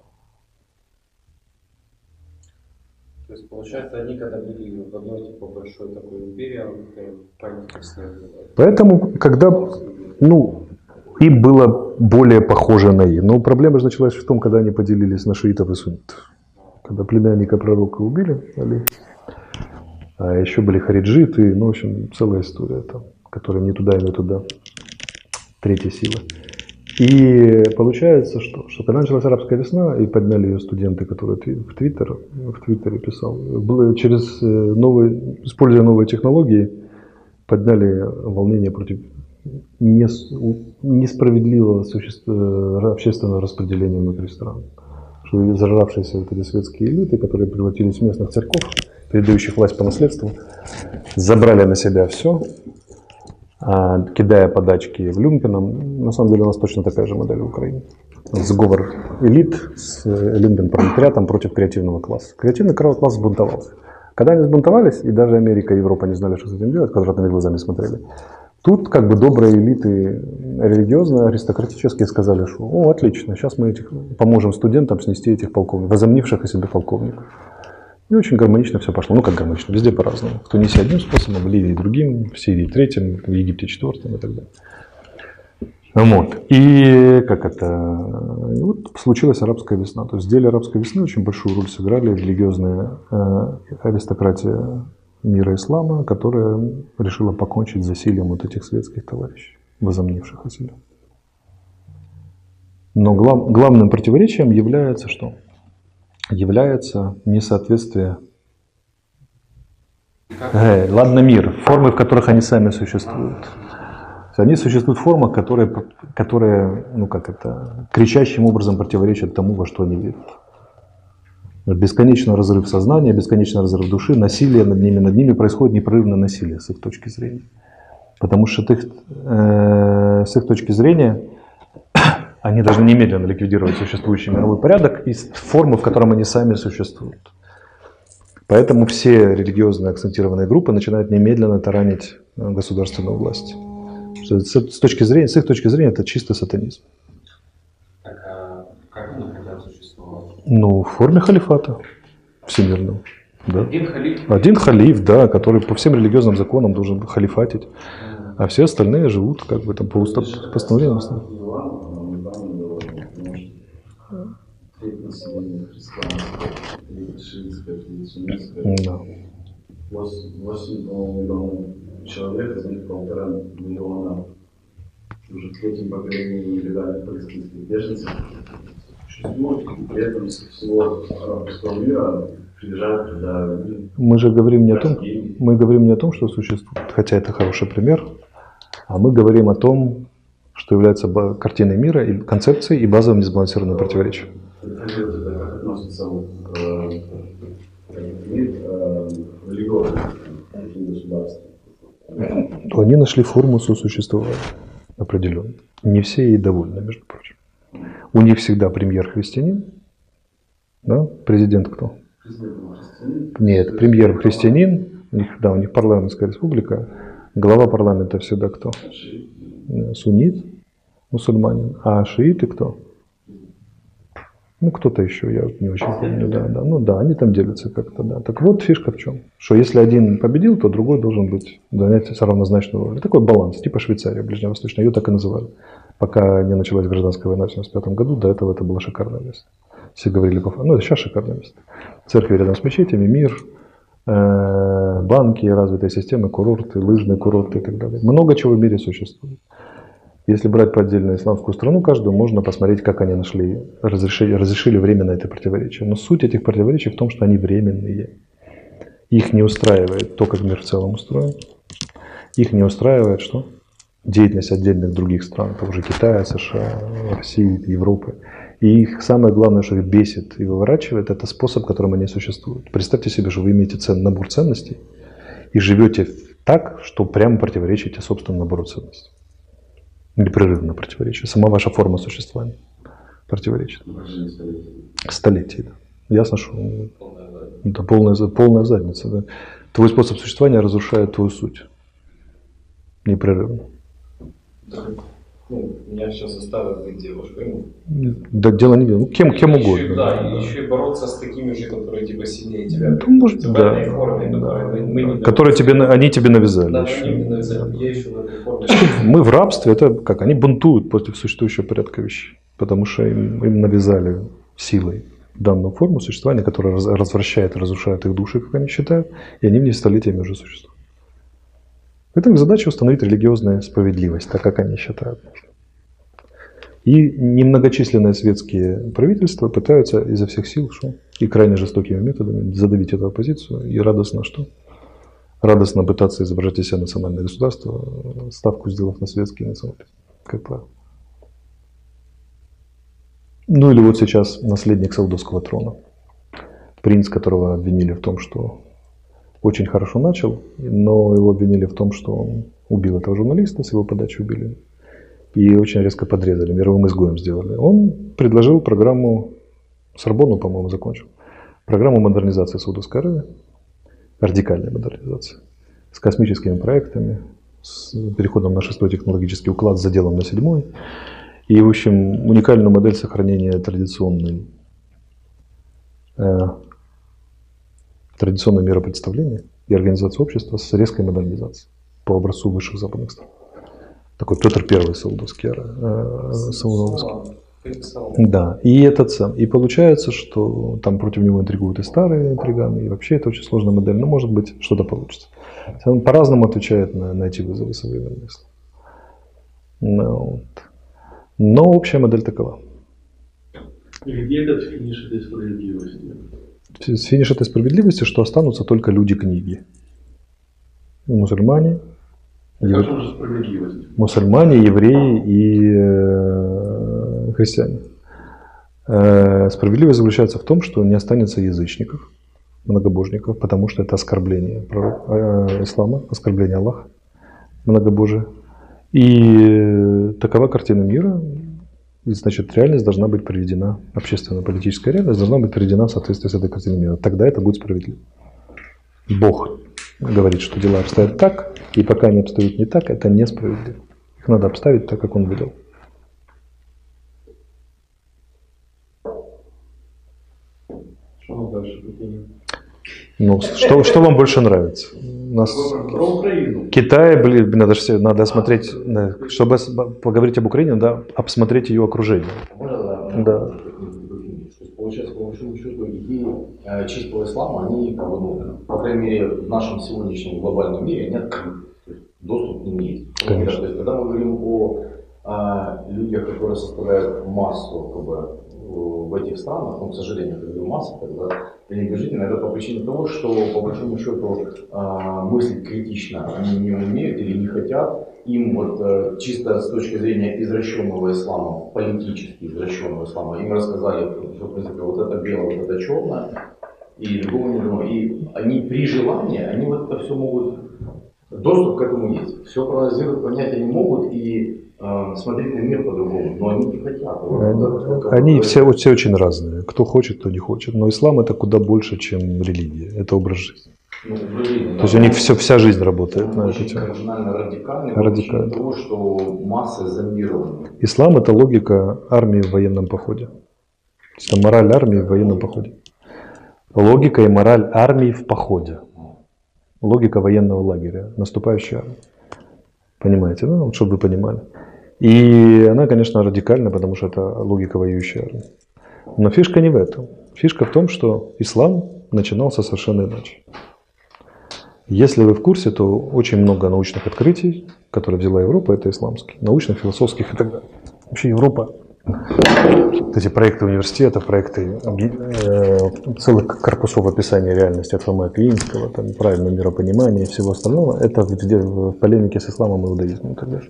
То есть, получается, они когда были в одной типа большой такой империи, память следовали. Поэтому, когда им было более похоже на их. Но проблема же началась в том, когда они поделились на шиитов и суннитов. Когда племянника пророка убили, Али, а еще были хариджиты, ну, в общем, целая история там, которая не туда и не туда. Третья сила. И получается, что когда началась арабская весна, и подняли ее студенты, которые в Твиттере писал, используя новые технологии, подняли волнение против несправедливого общественного распределения внутри стран. Что зажравшиеся вот эти светские элиты, которые превратились в местных церков, передающих власть по наследству, забрали на себя все, кидая подачки в люмпенам. На самом деле у нас точно такая же модель в Украине. Сговор элит с люмпен-пролетариатом против креативного класса. Креативный класс сбунтовался. Когда они сбунтовались, и даже Америка и Европа не знали, что с этим делать, квадратными глазами смотрели, тут как бы добрые элиты религиозные, аристократические сказали, что отлично, сейчас мы поможем студентам снести этих полковников, возомнивших о себе полковников. И очень гармонично все пошло. Ну, как гармонично, везде по-разному. В Тунисе одним способом, в Ливии другим, в Сирии третьим, в Египте четвертым и так далее. Вот. И вот случилась арабская весна. То есть в деле арабской весны очень большую роль сыграли религиозная аристократия мира ислама, которая решила покончить с засилием вот этих светских товарищей, возомнивших о себе. Но главным противоречием является что? Является несоответствие. Ладно, мир. Формы, в которых они сами существуют. Они существуют в формах, которые кричащим образом противоречат тому, во что они верят. Бесконечный разрыв сознания, бесконечный разрыв души, насилие над ними происходит непрерывное насилие с их точки зрения. Потому что с их точки зрения они должны немедленно ликвидировать существующий мировой порядок и формы, в котором они сами существуют. Поэтому все религиозные акцентированные группы начинают немедленно таранить государственную власть. С их точки зрения это чистый сатанизм. Так, а как они хотят существовать? Ну, в форме халифата всемирного. Да. Один халиф, да, который по всем религиозным законам должен халифатить. А все остальные живут как бы там по постановлению. Да. 8 миллионов человек, из них 1,5 миллиона уже в третьем поколении нелегальных палестинских беженцев существует, и при этом со всего арабского мира приезжают туда люди. Мы же говорим не о том, что существует, хотя это хороший пример, а мы говорим о том, что является картиной мира, и концепцией и базовым несбалансированным противоречием. Как относится мир религиозных государств? То они нашли форму сосуществования определенную. Не все ей довольны, между прочим. У них всегда премьер христианин, да? Президент кто? Нет, премьер христианин, у них парламентская республика, глава парламента всегда кто? Суннит, Мусульманин. А шииты кто? Ну, кто-то еще, я вот не очень помню. Да, да. Ну да, они там делятся как-то, да. Так вот, фишка в чем? Что если один победил, то другой должен быть занять равнозначную роль. Такой баланс, типа Швейцария, Ближневосточная, ее так и называли. Пока не началась гражданская война в 1975 году, до этого это было шикарное место. Все говорили, ну, это сейчас шикарное место. Церкви рядом с мечетями, мир, банки, развитые системы, курорты, лыжные курорты и так далее. Много чего в мире существует. Если брать по отдельно исламскую страну, каждую можно посмотреть, как они разрешили временно это противоречие. Но суть этих противоречий в том, что они временные. Их не устраивает то, как мир в целом устроен. Их не устраивает что? Деятельность отдельных других стран, того же Китая, США, России, Европы. И их самое главное, что их бесит и выворачивает, это способ, которым они существуют. Представьте себе, что вы имеете набор ценностей и живете так, что прямо противоречите собственному набору ценностей. Непрерывно противоречие. Сама ваша форма существования противоречит. Столетий, да. Ясно, что это полная задница. Да. Твой способ существования разрушает твою суть. Непрерывно. Ну, меня сейчас заставят быть девушкой. Да, дело не дело. Ну, кем угодно. Да, и еще и бороться с такими же, которые типа сильнее тебя. Ну, может, в да. этой форме, Которые они тебе навязали. Да, еще. они мне навязали. Я еще в этой форме. Мы в рабстве, это как? Они бунтуют против существующего порядка вещей. Потому что им навязали силой данную форму существования, которая развращает и разрушает их души, как они считают, и они в ней столетиями уже существуют. Поэтому их задача установить религиозную справедливость, так как они считают. И немногочисленные светские правительства пытаются изо всех сил и крайне жестокими методами задавить эту оппозицию. И радостно что? Радостно пытаться изображать из себя национальное государство, ставку сделав на светский национализм, как правило. Ну или вот сейчас наследник саудовского трона. Принц, которого обвинили в том, что очень хорошо начал, но его обвинили в том, что он убил этого журналиста, с его подачи убили. И очень резко подрезали, мировым изгоем сделали. Он предложил программу, Сорбонну, по-моему, закончил, программу модернизации Саудовской Аравии, радикальной модернизации, с космическими проектами, с переходом на 6-й технологический уклад, с заделом на 7-й. И, в общем, уникальную модель сохранения традиционного миропредставления и организации общества с резкой модернизацией по образцу высших западных стран. Такой Петр I саудовский. Да, и получается, что там против него интригуют и старые интриганы, и вообще это очень сложная модель, но может быть что-то получится. Он по-разному отвечает на эти вызовы современных слов. Но общая модель такова. И где этот финиш этой справедливости? Финиш этой справедливости, что останутся только люди книги. Мусульмане, евреи и христиане. Справедливость заключается в том, что не останется язычников, многобожников, потому что это оскорбление ислама, оскорбление Аллаха, многобожие. И такова картина мира. И, значит, реальность должна быть приведена, общественно-политическая реальность должна быть приведена в соответствии с этой картиной мира. Тогда это будет справедливо. Бог говорит, что дела обстоят так, и пока они обстоят не так, это несправедливо. Их надо обставить так, как он велел. Что дальше? Ну, что вам больше нравится? У нас Про Украину. Китай, надо смотреть, чтобы поговорить об Украине, надо обсмотреть ее окружение. Да. Получается, по большому счету, идеи чистого ислама, они, по крайней мере, в нашем сегодняшнем глобальном мире, они открыты. Доступ к ним есть. Конечно. То есть, когда мы говорим о людях, которые составляют массу в этих странах, к сожалению, это масса, тогда пренебрежительно, это по причине того, что, по большому счету, мыслить критично они не умеют или не хотят. Им чисто с точки зрения извращенного ислама, политически извращенного ислама, им рассказали, что, в принципе, вот это белое, вот это черное, и другого не дано. И они при желании, они это все могут, доступ к этому есть. Все проанализировать, понять они могут и смотреть на мир по-другому, но они не хотят. Они все очень разные. Кто хочет, кто не хочет. Но ислам это куда больше, чем религия. Это образ жизни. Ну, блин, То есть у них вся жизнь работает на эту очень тему. кардинально радикальный, Радикально. в того, что массы зомбированы. Ислам – это логика армии в военном походе. То есть это мораль армии в военном походе. Логика и мораль армии в походе. Логика военного лагеря, наступающей армии. Понимаете, да? Вот, чтобы вы понимали. И она, конечно, радикальна, потому что это логика воюющей армии. Но фишка не в этом. Фишка в том, что ислам начинался совершенно иначе. Если вы в курсе, то очень много научных открытий, которые взяла Европа, это исламские. Научных, философских и так далее. Вообще Европа, эти проекты университетов, проекты целых корпусов описания реальности от Фомы Аквинского, там, правильного миропонимания и всего остального, это в полемике с исламом и иудаизмом и так далее.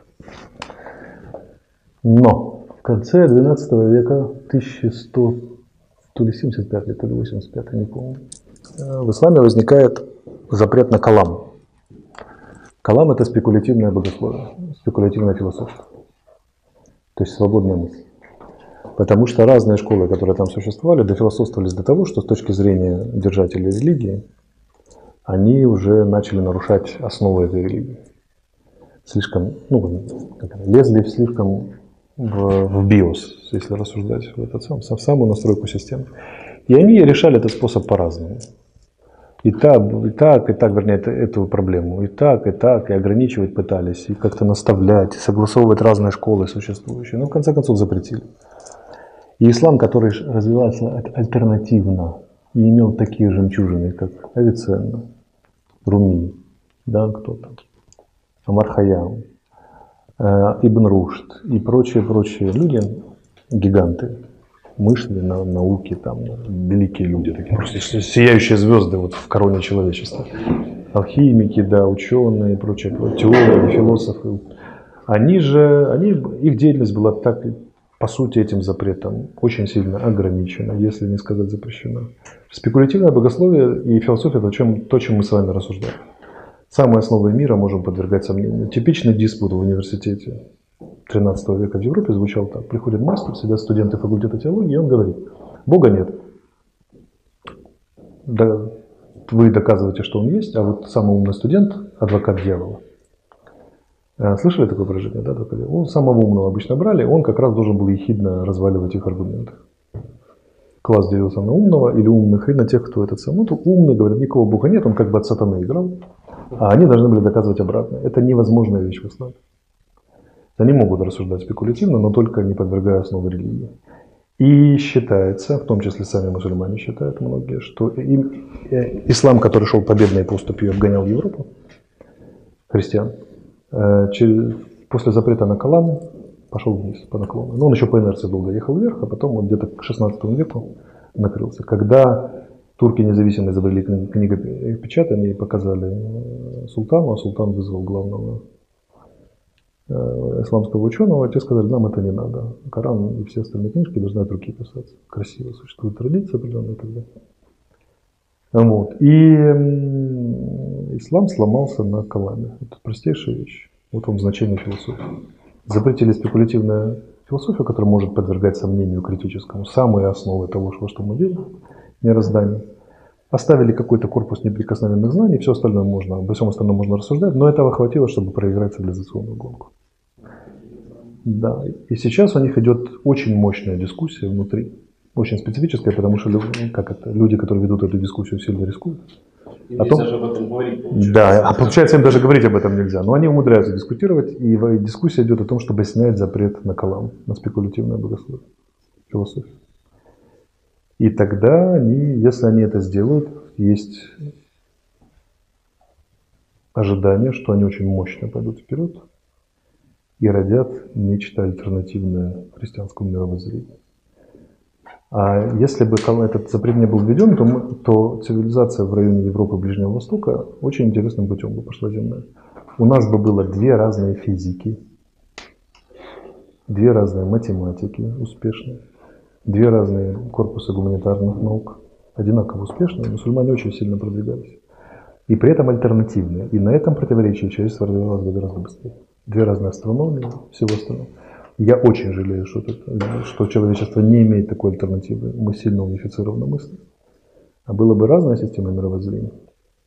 Но в конце XII века, 1100, то ли 75 лет, то ли 85, не помню, в исламе возникает запрет на калам. Калам – это спекулятивное богословие, спекулятивное философство. То есть свободная мысль. Потому что разные школы, которые там существовали, дофилософствовались до того, что с точки зрения держателей религии, они уже начали нарушать основы этой религии. Слишком, лезли слишком в биос, если рассуждать в этот в самую настройку системы. И они решали этот способ по-разному. И так, вернее, эту проблему. И так, и ограничивать пытались, и как-то наставлять, и согласовывать разные школы существующие. Но в конце концов запретили. И ислам, который развивался альтернативно и имел такие жемчужины, как Авиценна, Руми, да, кто-то, Амар Хайям, Ибн Рушд и прочие люди, гиганты, мышли, науки, там, великие люди, такие просто сияющие звезды вот в короне человечества. Алхимики, да, ученые и прочие, теологи, философы. Их деятельность была так, по сути, этим запретом очень сильно ограничена, если не сказать запрещена. Спекулятивное богословие и философия – это то, чем мы с вами рассуждаем. Самые основы мира можем подвергать сомнению. Типичный диспут в университете XIII века в Европе звучал так. Приходит мастер, сидят студенты факультета теологии, и он говорит: Бога нет. Да, вы доказываете, что он есть, а вот самый умный студент – адвокат дьявола. Слышали такое выражение? Да? Самого умного обычно брали, он как раз должен был ехидно разваливать их аргументы. Класс делился на умного или умных, и на тех, кто этот самый. Ну, умный говорит, никакого Бога нет, он как бы от сатаны играл, а они должны были доказывать обратное. Это невозможная вещь в исламе. Они могут рассуждать спекулятивно, но только не подвергая основы религии. И считается, в том числе сами мусульмане считают многие, что ислам, который шел победной поступью и обгонял Европу, христиан, после запрета на калам пошел вниз по наклону. Но он еще по инерции долго ехал вверх, а потом вот где-то к 16 веку накрылся. Когда турки независимо изобрели книгопечатание и показали султану, а султан вызвал главного исламского ученого, те сказали, нам это не надо. Коран и все остальные книжки должны от руки писаться. Красиво, существует традиция определенная и так далее. Вот. И ислам сломался на каламе. Это простейшая вещь. Вот вам значение философии. Запретили спекулятивную философию, которая может подвергать сомнению критическому. Самые основы того, во что мы верим, мироздание. Оставили какой-то корпус неприкосновенных знаний, все остальное можно, обо всем остальном можно рассуждать, но этого хватило, чтобы проиграть цивилизационную гонку. Да. И сейчас у них идет очень мощная дискуссия внутри. Очень специфическая, потому что люди, которые ведут эту дискуссию, сильно рискуют. Даже об этом говорить получается. Да, получается, им даже говорить об этом нельзя. Но они умудряются дискутировать, и дискуссия идет о том, чтобы снять запрет на калам, на спекулятивное богословие, философию. И тогда, если они это сделают, есть ожидание, что они очень мощно пойдут вперед и родят нечто альтернативное христианскому мировоззрению. А если бы этот запрет не был введен, то цивилизация в районе Европы и Ближнего Востока очень интересным путем бы пошла земная. У нас бы было две разные физики, две разные математики успешные, две разные корпусы гуманитарных наук, одинаково успешные, мусульмане очень сильно продвигались. И при этом альтернативные. И на этом противоречии человечество развивалось бы гораздо быстрее. Две разные астрономии, всего остального. Я очень жалею, что человечество не имеет такой альтернативы. Мы сильно унифицированы мыслью. А была бы разная система мировоззрения,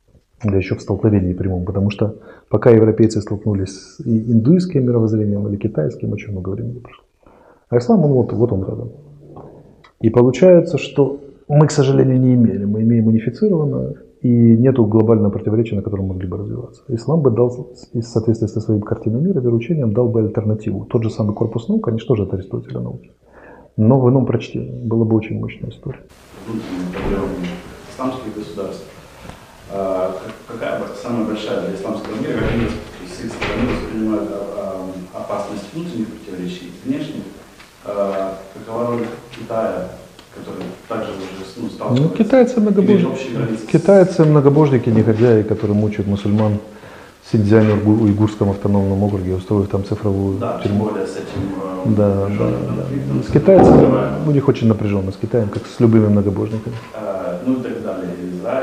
да еще в столкновении прямом, потому что пока европейцы столкнулись с индуистским мировоззрением или китайским, очень много времени прошло. А ислам, он вот он рядом. И получается, что мы, к сожалению, не имели. Мы имеем унифицированное, и нет глобального противоречия, на котором могли бы развиваться. Ислам бы дал, в соответствии со своим картиной мира, вероучением, дал бы альтернативу. Тот же самый корпус наук, они же тоже от Аристотеля науки. Но в ином прочтении. Была бы очень мощная история. Исламских государств. Какая самая большая для исламского мира, как они с их стороны воспринимают опасность внутренних противоречий, внешних? Какова роль Китая, который также уже стал... Ну, китайцы многобожники, негодяи, которые мучают мусульман в Синьцзяне-Уйгурском автономном округе, устроив там цифровую тюрьму. Более с этим... Да. С китайцами у них очень напряженно, с Китаем, как с любыми многобожниками. Ну и так далее.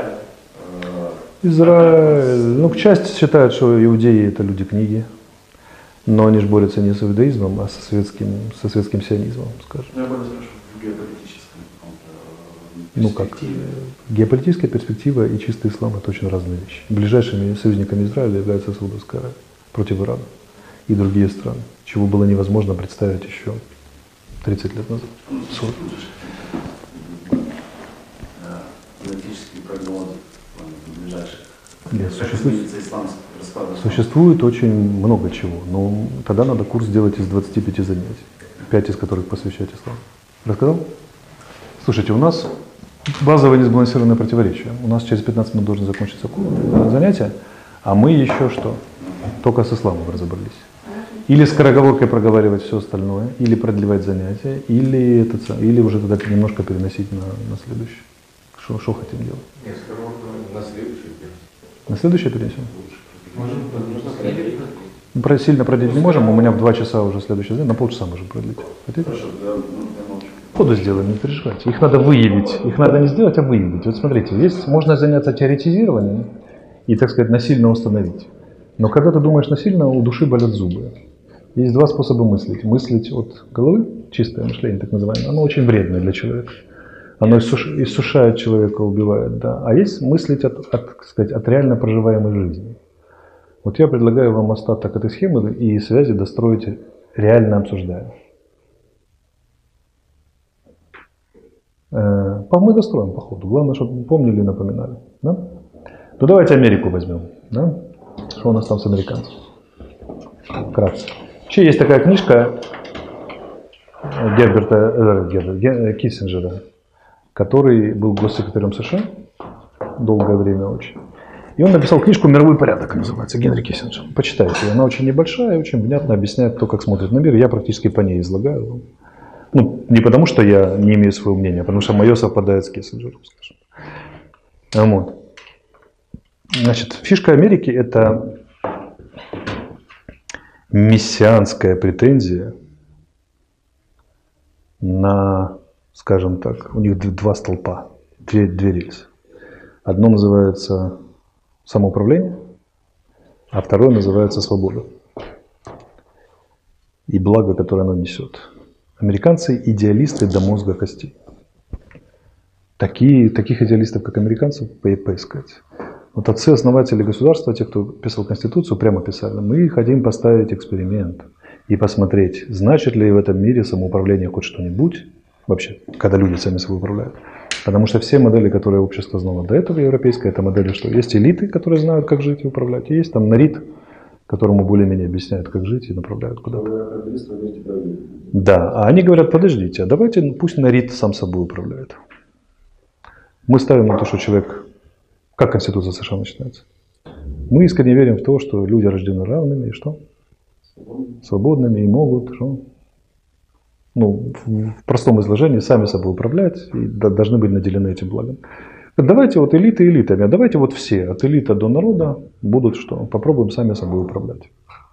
Израиль, ну, часть считают, что иудеи это люди книги, но они же борются не с иудаизмом, а со светским сионизмом, скажем. Я более спрашиваю в геополитическом Ну как, геополитическая перспектива и чистый ислам это очень разные вещи. Ближайшими союзниками Израиля является Саудовская Аравия против Ирана и другие страны, чего было невозможно представить еще 30 лет назад. Политические прогнозы ближайших. Существует очень много чего, но тогда надо курс делать из 25 занятий, 5 из которых посвящать исламу. Рассказал? Слушайте, у нас базовое несбалансированное противоречие. У нас через 15 минут должен закончиться занятие, а мы еще что? Только с исламом разобрались. Или скороговоркой проговаривать все остальное, или продлевать занятия, или уже тогда немножко переносить на следующее. Что хотим делать? Нет, на следующее. На следующее перенесем? Сильно продлить не можем, у меня в 2 часа уже следующее занятие, на полчаса можем продлить. Хотите? Ходу сделаем, не переживайте. Их надо выявить. Их надо не сделать, а выявить. Вот смотрите, можно заняться теоретизированием и, так сказать, насильно установить. Но когда ты думаешь насильно, у души болят зубы. Есть 2 способа мыслить. Мыслить от головы, чистое мышление так называемое, оно очень вредное для человека. Оно иссушает человека, убивает. Да. А есть мыслить от реально проживаемой жизни. Вот я предлагаю вам остаток этой схемы и связи достроить реально обсуждая. Мы достроим по ходу. Главное, чтобы помнили и напоминали. Да? Ну давайте Америку возьмем. Да? Что у нас там с американцами? Вкратце. Вообще есть такая книжка Герберта Киссинджера, который был госсекретарем США долгое время очень. И он написал книжку «Мировой порядок», называется, Генри Киссинджер. Почитайте, она очень небольшая, очень внятно объясняет то, как смотрит на мир. Я практически по ней излагаю. Ну, не потому, что я не имею своего мнения, а потому что мое совпадает с Киссинджером, скажем. Вот. Значит, фишка Америки – это мессианская претензия на, скажем так, у них 2 столпа, 2 рельсы. Одно называется самоуправление, а второе называется свобода. И благо, которое оно несет. Американцы идеалисты до мозга костей. Таких идеалистов, как американцев, поискать. Вот отцы-основатели государства, те, кто писал Конституцию, прямо писали: мы хотим поставить эксперимент и посмотреть, значит ли в этом мире самоуправление хоть что-нибудь вообще, когда люди сами собой управляют. Потому что все модели, которые общество знало до этого, европейское, это модели, что есть элиты, которые знают, как жить и управлять, и есть там народ, которому более-менее объясняют, как жить и направляют куда-то. Да, а они говорят: подождите, а давайте пусть народ сам собой управляет. Мы ставим на то, что человек... Как Конституция США начинается? Мы искренне верим в то, что люди рождены равными и что? Свободными и могут, что? Ну, в простом изложении, сами собой управлять и должны быть наделены этим благом. Давайте вот элиты элитами, а давайте вот все, от элита до народа, будут что? Попробуем сами собой управлять.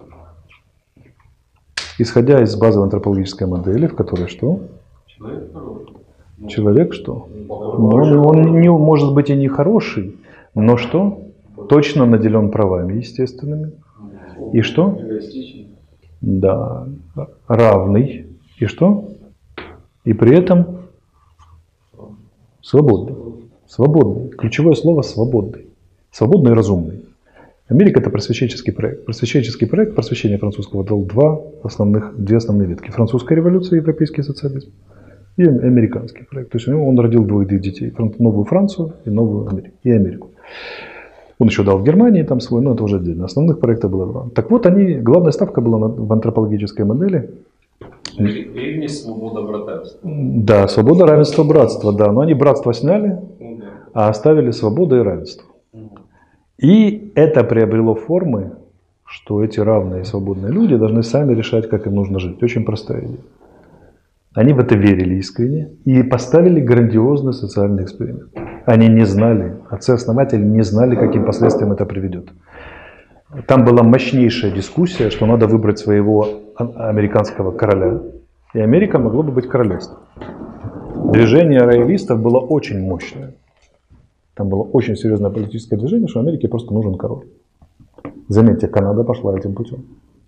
Исходя из базовой антропологической модели, в которой что? Человек что? Он не, может быть и не хороший, но что? Точно наделен правами естественными. И что? Да, равный. И что? И при этом свободный. Свободный. Ключевое слово — свободный. свободный и разумный. Америка – это просвещенческий проект. Просвещенческий проект просвещения французского дал две основные ветки. Французская революция, европейский социализм и американский проект. То есть он родил двух детей. Новую Францию и новую Америку. Он еще дал в Германии там свой, но это уже отдельно. Основных проектов было два. Так вот, главная ставка была в антропологической модели. Рівність, свобода, братерство. Да, свобода, равенство, братство. Да, но они братство сняли, а оставили свободу и равенство. И это приобрело формы, что эти равные и свободные люди должны сами решать, как им нужно жить. Очень простая идея. Они в это верили искренне и поставили грандиозный социальный эксперимент. Они не знали, отцы-основатели не знали, к каким последствиям это приведет. Там была мощнейшая дискуссия, что надо выбрать своего американского короля, и Америка могла бы быть королевством. Движение роялистов было очень мощное. Там было очень серьезное политическое движение, что Америке просто нужен король. Заметьте, Канада пошла этим путем.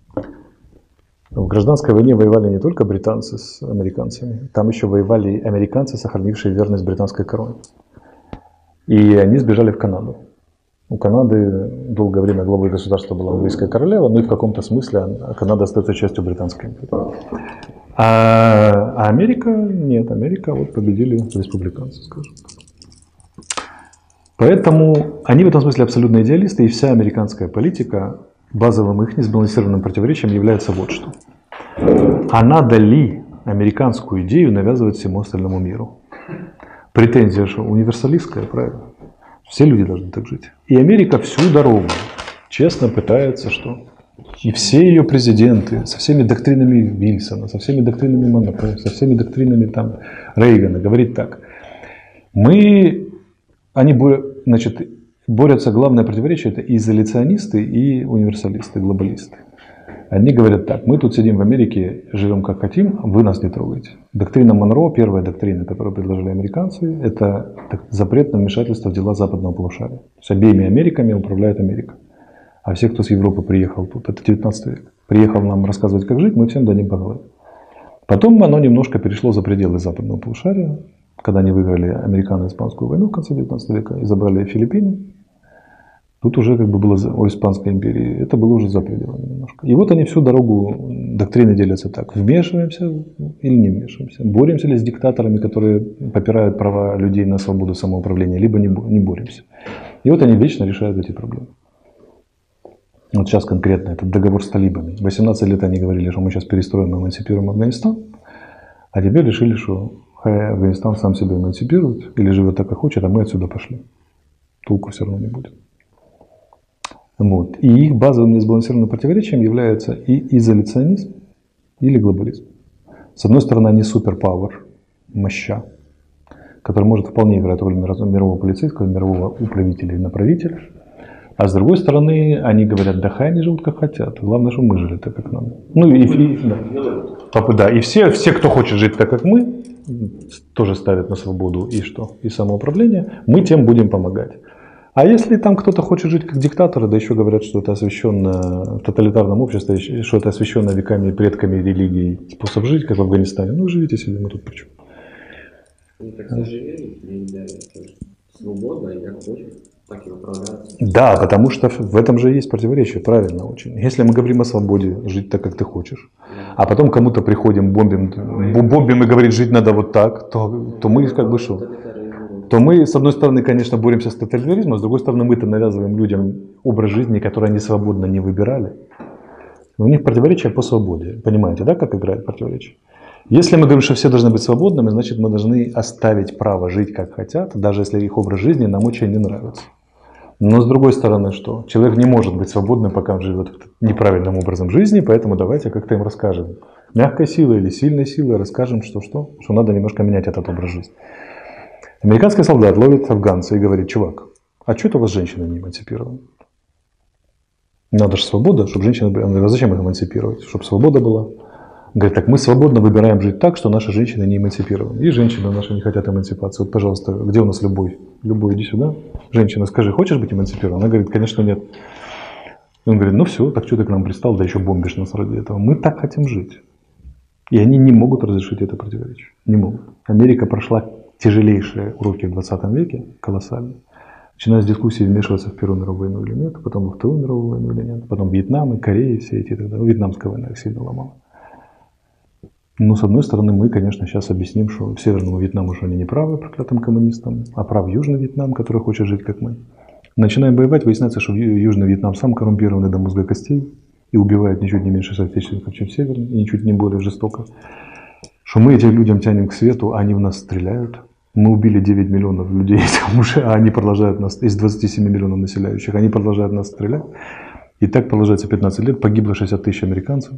В гражданской войне воевали не только британцы с американцами, там еще воевали американцы, сохранившие верность британской короне. И они сбежали в Канаду. У Канады долгое время главой государства была английская королева, но и в каком-то смысле Канада остается частью британской империи. А Америка нет, Америка вот победили республиканцы, скажем. Поэтому они в этом смысле абсолютно идеалисты, и вся американская политика базовым их несбалансированным противоречием является вот что. А надо ли американскую идею навязывать всему остальному миру? Претензия, что универсалистская, правильно? Все люди должны так жить. И Америка всю дорогу честно пытается, что и все ее президенты со всеми доктринами Вильсона, со всеми доктринами Монро, со всеми доктринами там, Рейгана говорит так. Они борются, главное противоречие — это изоляционисты и универсалисты, глобалисты. Они говорят так: мы тут сидим в Америке, живем как хотим, вы нас не трогаете. Доктрина Монро, первая доктрина, которую предложили американцы, это запрет на вмешательство в дела западного полушария. То есть обеими Америками управляет Америка. А все, кто с Европы приехал тут, это 19 век, приехал нам рассказывать, как жить, мы всем дадим по голове. Потом оно немножко перешло за пределы западного полушария, когда они выиграли американо-испанскую войну в конце 19 века и забрали Филиппины. Тут уже как бы было о Испанской империи, это было уже за пределами немножко. И вот они всю дорогу, доктрины делятся так: вмешиваемся или не вмешиваемся, боремся ли с диктаторами, которые попирают права людей на свободу самоуправления, либо не боремся. И вот они вечно решают эти проблемы. Вот сейчас конкретно этот договор с талибами. 18 лет они говорили, что мы сейчас перестроим и эмансипируем Афганистан, а теперь решили, что Афганистан сам себя эмансипирует или живет так, как хочет, а мы отсюда пошли. Толку все равно не будет. Вот. И их базовым несбалансированным противоречием является и изоляционизм или глобализм. С одной стороны, они суперпауэр, моща, который может вполне играть роль мирового полицейского, мирового управителя и направителя. А с другой стороны, они говорят: да хай они живут как хотят, главное, чтобы мы жили так, как надо. Ну и все, кто хочет жить так, как мы, тоже ставят на свободу и что? И самоуправление, мы тем будем помогать. А если там кто-то хочет жить как диктаторы, да еще говорят, что это освященно в тоталитарном обществе, что это освященно веками, предками религий способ жить, как в Афганистане, ну живите себе, мы тут при чем? Ну, так свобода, як хочет, так и управляться. Да, потому что в этом же есть противоречие, правильно очень. Если мы говорим о свободе, жить так, как ты хочешь, а потом кому-то приходим, бомбим и говорит, жить надо вот так, то мы как бы что? То мы, с одной стороны, конечно, боремся с тоталитаризмом, а с другой стороны, мы-то навязываем людям образ жизни, который они свободно не выбирали. У них противоречие по свободе. Понимаете, да, как играет противоречие? Если мы говорим, что все должны быть свободными, значит, мы должны оставить право жить, как хотят, даже если их образ жизни нам очень не нравится. Но с другой стороны, что? Человек не может быть свободным, пока он живет неправильным образом жизни, поэтому давайте как-то им расскажем. Мягкой силой или сильной силой расскажем, что надо немножко менять этот образ жизни. Американский солдат ловит афганца и говорит: чувак, а что это у вас женщины не эмансипированы? Надо же свобода, чтобы женщины... Он говорит: а зачем их эмансипировать? Чтобы свобода была. Говорит: так мы свободно выбираем жить так, что наши женщины не эмансипированы. И женщины наши не хотят эмансипации. Вот, пожалуйста, где у нас любовь? Любовь, иди сюда. Женщина, скажи, хочешь быть эмансипирована? Она говорит: конечно, нет. И он говорит: ну все, так что ты к нам пристал, да еще бомбишь нас ради этого. Мы так хотим жить. И они не могут разрешить это противоречие. Не могут. Америка прошла тяжелейшие уроки в 20 веке, колоссальные. Начиная с дискуссии, вмешиваться в Первую мировую войну или нет, потом во Вторую мировую войну или нет, потом Вьетнам и Корея, все эти, тогда, Вьетнамская война их сильно ломала. Но с одной стороны, мы, конечно, сейчас объясним, что в Северному Вьетнаму уже они не правы проклятым коммунистам, а прав Южный Вьетнам, который хочет жить как мы. Начинаем воевать, выясняется, что Южный Вьетнам сам коррумпированный до мозга костей и убивает ничуть не меньше соотечественников, чем Северный, и ничуть не более жестоко. Что мы этим людям тянем к свету, а они в нас стреляют. Мы убили 9 миллионов людей, а они продолжают нас, из 27 миллионов населяющих, они продолжают нас стрелять. И так продолжается 15 лет, погибло 60 тысяч американцев.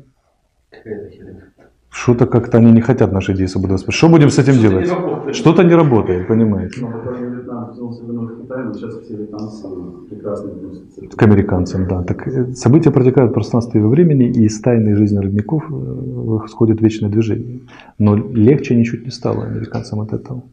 Что-то как-то они не хотят наши идеи свободы. Что будем с этим делать? Что-то не работает, понимаете? Но потом Вьетнам вернулся в Китай, но сейчас все вьетнамцы прекрасно относятся К американцам, да. Так, события протекают в пространстве и во времени, и из тайной жизни родников сходит вечное движение. Но легче ничуть не стало американцам от этого.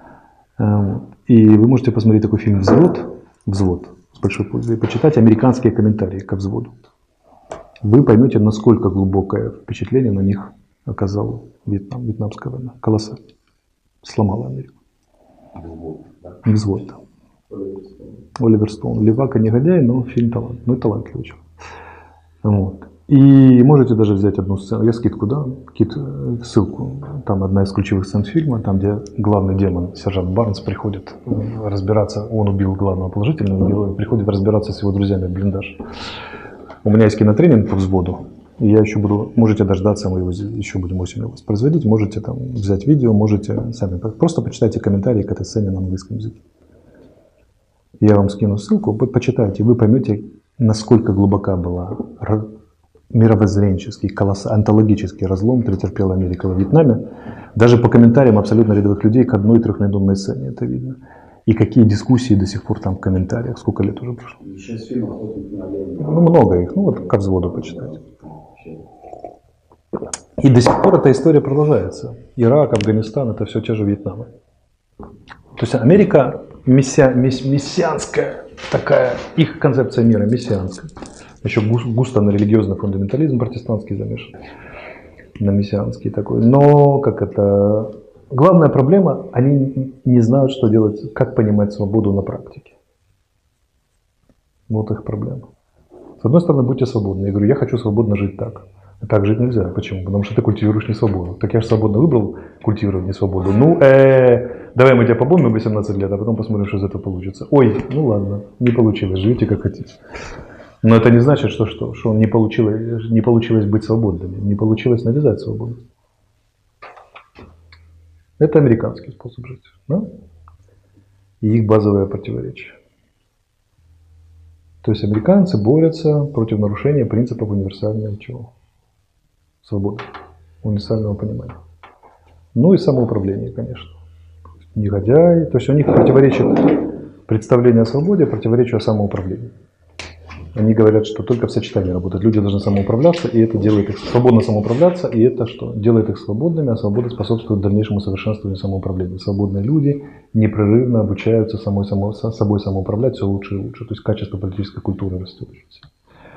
И вы можете посмотреть такой фильм «Взвод» с большой пользой, и почитать американские комментарии ко взводу. Вы поймете, насколько глубокое впечатление на них оказал Вьетнамская война. Колоссально. Сломала Америку. Взвод. Оливер Стоун. Левака негодяй, но фильм талант. Ну и талантливый человек. Вот. И можете даже взять одну сцену, я скидку дам, ссылку, там одна из ключевых сцен фильма, там где главный демон, сержант Барнс, приходит разбираться, он убил главного положительного героя, приходит разбираться с его друзьями в блиндаж. У меня есть кинотренинг по взводу, и я еще буду, можете дождаться, мы его еще будем осенью воспроизводить, можете там взять видео, можете сами, просто почитайте комментарии к этой сцене на английском языке. Я вам скину ссылку, почитайте, вы поймете, насколько глубока была мировоззренческий, онтологический разлом претерпела Америка во Вьетнаме. Даже по комментариям абсолютно рядовых людей к одной трехминутной сцене это видно. И какие дискуссии до сих пор там в комментариях, сколько лет уже прошло. Сейчас фильм «Охотник на оленя». Ну, много их, ну вот ко взводу почитайте. И до сих пор эта история продолжается. Ирак, Афганистан, это все те же Вьетнамы. То есть Америка мессианская такая, их концепция мира мессианская. Еще густо на религиозный фундаментализм протестантский замешан, на мессианский такой. Но как это... Главная проблема, они не знают, что делать, как понимать свободу на практике. Вот их проблема. С одной стороны, будьте свободны. Я говорю, я хочу свободно жить так. А так жить нельзя. Почему? Потому что ты культивируешь не свободу. Так я же свободно выбрал культивировать не свободу. Ну, давай мы тебя побомбим 18 лет, а потом посмотрим, что из этого получится. Ой, ну ладно, не получилось, живите как хотите. Но это не значит, что не получилось быть свободными, не получилось навязать свободу. Это американский способ жить. Да? И их базовое противоречие. То есть американцы борются против нарушения принципов универсального чего? Свободы, универсального понимания. Ну и самоуправление, конечно. Негодяй. То есть у них противоречит представление о свободе, противоречие о самоуправлении. Они говорят, что только в сочетании работают. Люди должны самоуправляться, и это делает их свободно самоуправляться, и это что? Делает их свободными, а свобода способствует дальнейшему совершенствованию самоуправления. Свободные люди непрерывно обучаются собой самоуправлять все лучше и лучше. То есть качество политической культуры растет очень сильно.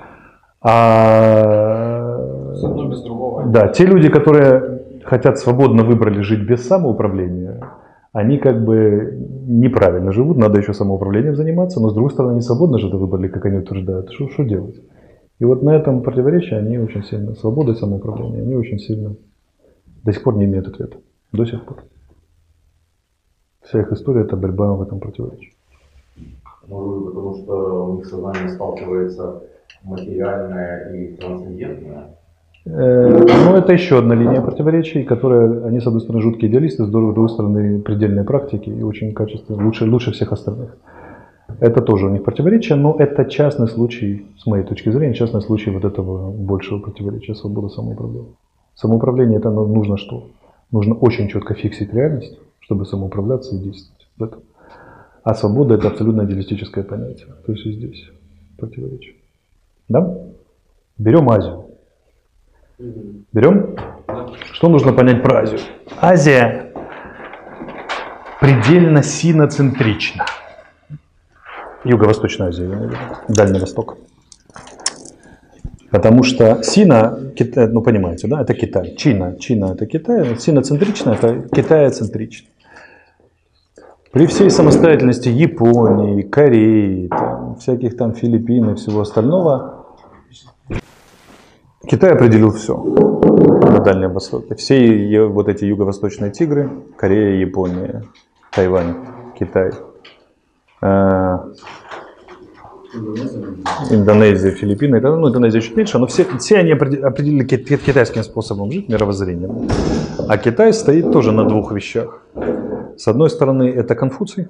С одного без другого. Да, те люди, которые хотят свободно выбрали жить без самоуправления, они как бы неправильно живут, надо еще самоуправлением заниматься, но с другой стороны, они свободно же это выбрали, как они утверждают. Что делать? И вот на этом противоречии они очень сильно, свобода и самоуправление, они очень сильно до сих пор не имеют ответа. До сих пор. Вся их история – это борьба в этом противоречии. Ну, потому что у них сознание сталкивается материальное и трансцендентное. Ну, это еще одна линия противоречий, которые, они, с одной стороны, жуткие идеалисты, с другой стороны, предельные практики и очень качественные, лучше всех остальных. Это тоже у них противоречие, но это частный случай, с моей точки зрения, частный случай вот этого большего противоречия, свободы самоуправления. Самоуправление это нужно что? Нужно очень четко фиксить реальность, чтобы самоуправляться и действовать в этом. А свобода это абсолютно идеалистическое понятие. То есть и здесь противоречие. Да? Берем Азию. Берем? Что нужно понять про Азию? Азия предельно синоцентрична. Юго-Восточная Азия, я имею в виду. Дальний Восток. Потому что Сина, ну понимаете, да, это Китай. Чина это Китай. Синоцентрично это китаецентрично. При всей самостоятельности Японии, Кореи, там, всяких там Филиппин и всего остального, Китай определил все на Дальнем Востоке. Все вот эти юго-восточные тигры, Корея, Япония, Тайвань, Китай, Индонезия, Филиппины, ну Индонезия чуть меньше, но все они определили китайским способом жить, мировоззрением. А Китай стоит тоже на двух вещах. С одной стороны, это Конфуций,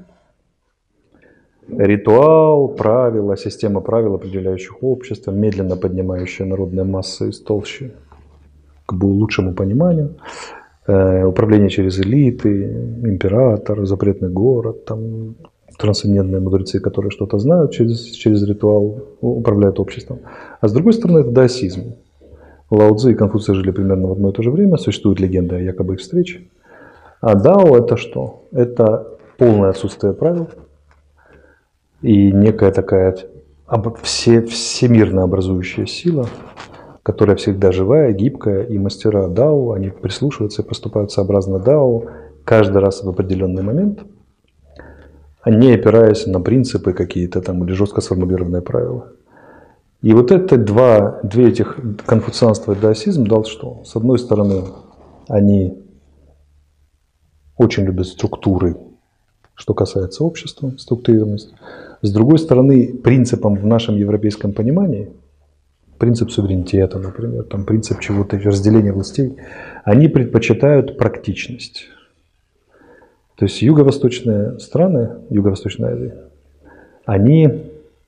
ритуал, правила, система правил, определяющих общество, медленно поднимающая народные массы из толщи к лучшему пониманию, управление через элиты, император, запретный город, там, трансцендентные мудрецы, которые что-то знают, через ритуал управляют обществом. А с другой стороны, это даосизм. Лао Цзы и Конфуций жили примерно в одно и то же время, существует легенда о якобы их встрече. А дао это что? Это полное отсутствие правил и некая такая всемирно образующая сила, которая всегда живая, гибкая, и мастера дао, они прислушиваются и поступают сообразно дао каждый раз в определенный момент, не опираясь на принципы какие-то там или жестко сформулированные правила. И вот это две этих, конфуцианство и даосизм, дал что? С одной стороны, они очень любят структуры, что касается общества, структурированность. С другой стороны, принципом в нашем европейском понимании, принцип суверенитета, например, там принцип чего-то, разделения властей, они предпочитают практичность. То есть юго-восточные страны, Юго-Восточной Азии, они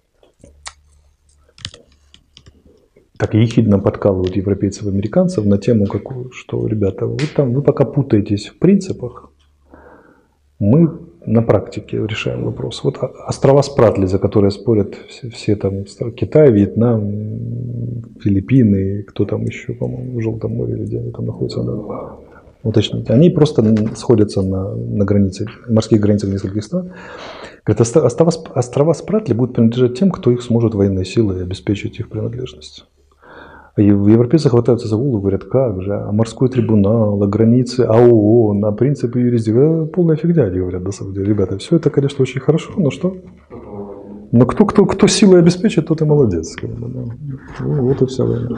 так ехидно подкалывают европейцев и американцев на тему какую, что, ребята, вы пока путаетесь в принципах, мы на практике решаем вопрос. Вот острова Спратли, за которые спорят все там, Китай, Вьетнам, Филиппины, кто там еще, по-моему, в Желтом море, или где они там находятся, да. Уточните. Они просто сходятся на границе, морских границах нескольких стран. Говорят, острова Спратли будут принадлежать тем, кто их сможет военной силой обеспечить их принадлежность. И европейцы хватаются за голову, говорят, как же, а морской трибунал, а границы, а ООН, а принципы юрисдикции, полная фигня, они говорят, на самом деле. Ребята, все это, конечно, очень хорошо, но что? Но кто силой обеспечит, тот и молодец. Ну, вот и вся война.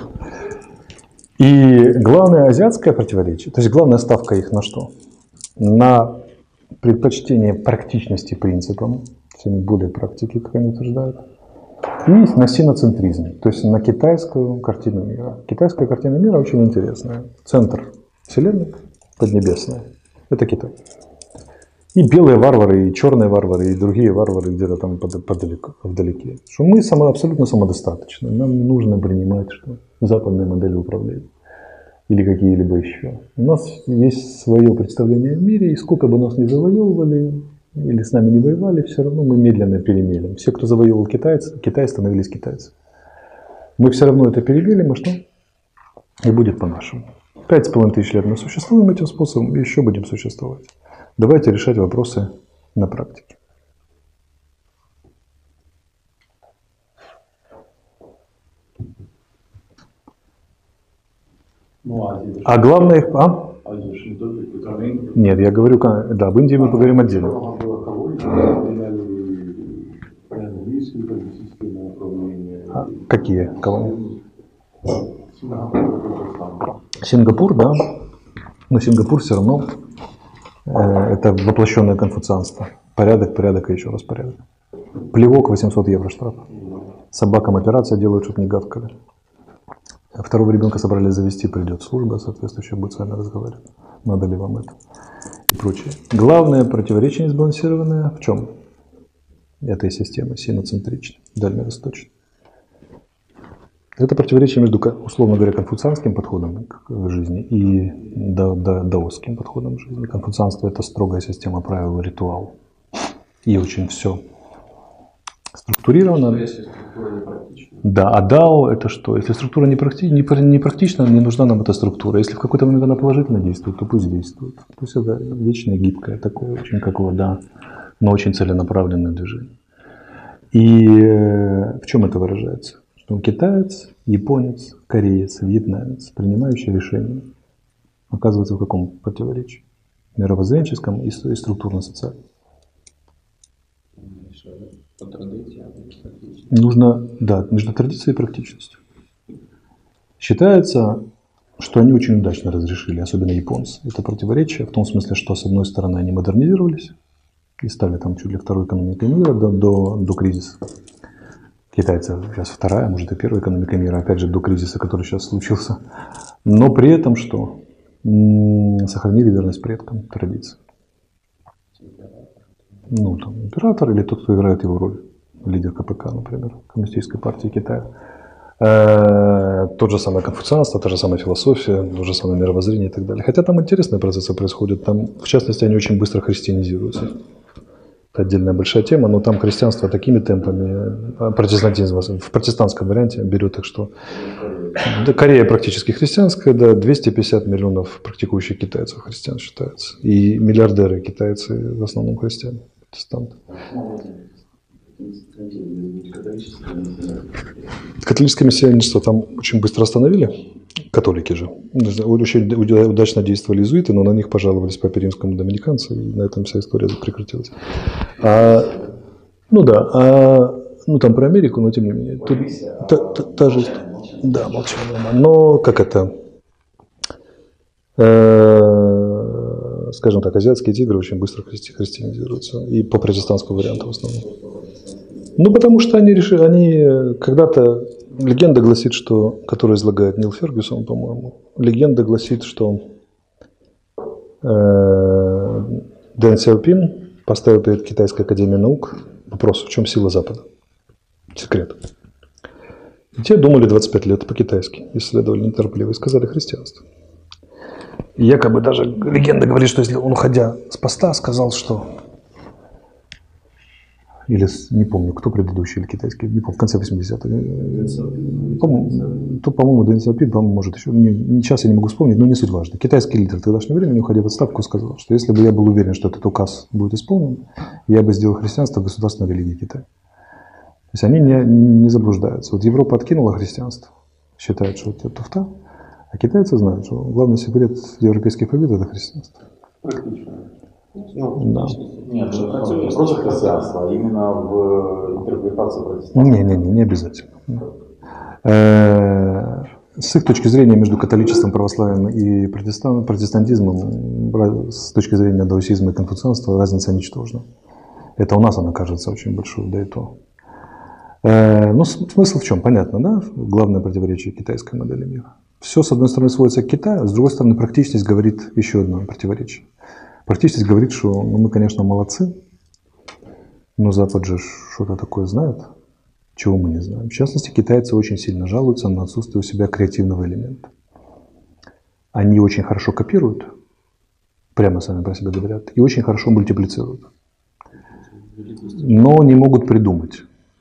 И главное азиатское противоречие, то есть главная ставка их на что? На предпочтение практичности принципам, то есть они более практики, как они утверждают, и на синоцентризм, то есть на китайскую картину мира. Китайская картина мира очень интересная. Центр Вселенной, Поднебесная, это Китай. И белые варвары, и черные варвары, и другие варвары где-то там вдалеке. Что мы абсолютно самодостаточны. Нам не нужно принимать что западные модели управления или какие-либо еще. У нас есть свое представление о мире, и сколько бы нас ни завоевывали, или с нами не воевали, все равно мы медленно перемелем. Все, кто завоевывал Китай, становились китайцами. Мы все равно это перемелем, и что? И будет по-нашему. 5500 лет мы существуем этим способом, и еще будем существовать. Давайте решать вопросы на практике. А главное... Нет, я говорю, да, в Индии мы поговорим отдельно. Какие колонии? Сингапур, да. Но Сингапур все равно это воплощенное конфуцианство. Порядок и еще раз порядок. Плевок, 800 евро штрафа. Собакам операция делают, чтобы не гавкали. Второго ребенка собрались завести, придет служба, соответствующая будет с вами разговаривать. Надо ли вам это? И прочее. Главное противоречие несбалансированное в чем? Этой системы синоцентричной, дальневосточной. Это противоречие между, условно говоря, конфуцианским подходом к жизни и даосским подходом к жизни. Конфуцианство – это строгая система правил, ритуал. И очень все структурировано. Если структура не практична. Да, а дао – это что? Если структура не практична, не нужна нам эта структура. Если в какой-то момент она положительно действует, то пусть действует. То есть это вечное, гибкое, такое очень как вода, но очень целенаправленное движение. И в чем это выражается? Что китаец, японец, кореец, вьетнамец, принимающий решения, оказывается в каком противоречии? Мировоззренческом и структурно-социальном. по традициям, практически. Нужно, да, между традицией и практичностью. Считается, что они очень удачно разрешили, особенно японцы. Это противоречие в том смысле, что с одной стороны они модернизировались и стали там чуть ли второй экономикой мира до кризиса. Китайцы сейчас вторая, может и первая экономика мира, опять же до кризиса, который сейчас случился. Но при этом что? Сохранили верность предкам, традиции. Ну, там, император или тот, кто играет его роль. Лидер КПК, например, Коммунистической партии Китая. Тот же самое конфуцианство, та же самая философия, то же самое мировоззрение и так далее. Хотя там интересные процессы происходят. Там, в частности, они очень быстро христианизируются. Это отдельная большая тема, но там христианство такими темпами, протестантизм в протестантском варианте берет, так что да, Корея практически христианская, да, 250 миллионов практикующих китайцев христиан считается. И миллиардеры китайцы в основном христиане, протестанты. Католическое миссионерство там очень быстро остановили, католики же. Очень удачно действовали иезуиты, но на них пожаловались Папе Римскому доминиканцы, и на этом вся история прекратилась. Ну там про Америку, но тем не менее. Тут та же история. Да, молчание. Но как это? Скажем так, азиатские тигры очень быстро христианизируются. И по протестантскому варианту в основном. Ну, потому что они когда-то, легенда гласит, что, которую излагает Нил Фергюсон, по-моему, легенда гласит, что Дэн Сяопин поставил перед Китайской академией наук вопрос, в чем сила Запада? Секрет. И те думали 25 лет по-китайски, исследовали неторопливо и сказали христианство. И якобы даже легенда говорит, что если он, уходя с поста, сказал, что... Или, не помню, кто предыдущий, или китайский, не помню, в конце 80-х. По-моему, Дэн Сяопин, по-моему, может еще, сейчас я не могу вспомнить, но не суть важно. Китайский лидер тогдашнего времени, уходя в отставку, сказал, что если бы я был уверен, что этот указ будет исполнен, я бы сделал христианство государственной религией Китая. То есть они не заблуждаются. Вот Европа откинула христианство, считает, что это туфта, а китайцы знают, что главный секрет европейских побед – это христианство. Ну, да. Нет, не просто христианство, а именно в интерпретации протестантства. Не обязательно. С их точки зрения между католичеством, православием и протестантизмом, с точки зрения даосизма и конфуцианства, разница ничтожна. Это у нас она кажется очень большой, да и то. Но смысл в чем? Понятно, да? Главное противоречие китайской модели мира. Все, с одной стороны, сводится к Китаю, с другой стороны, практичность говорит еще одно противоречие. Практичность говорит, что мы, конечно, молодцы, но Запад же что-то такое знает, чего мы не знаем. В частности, китайцы очень сильно жалуются на отсутствие у себя креативного элемента. Они очень хорошо копируют, прямо сами про себя говорят, и очень хорошо мультиплицируют, но не могут придумать.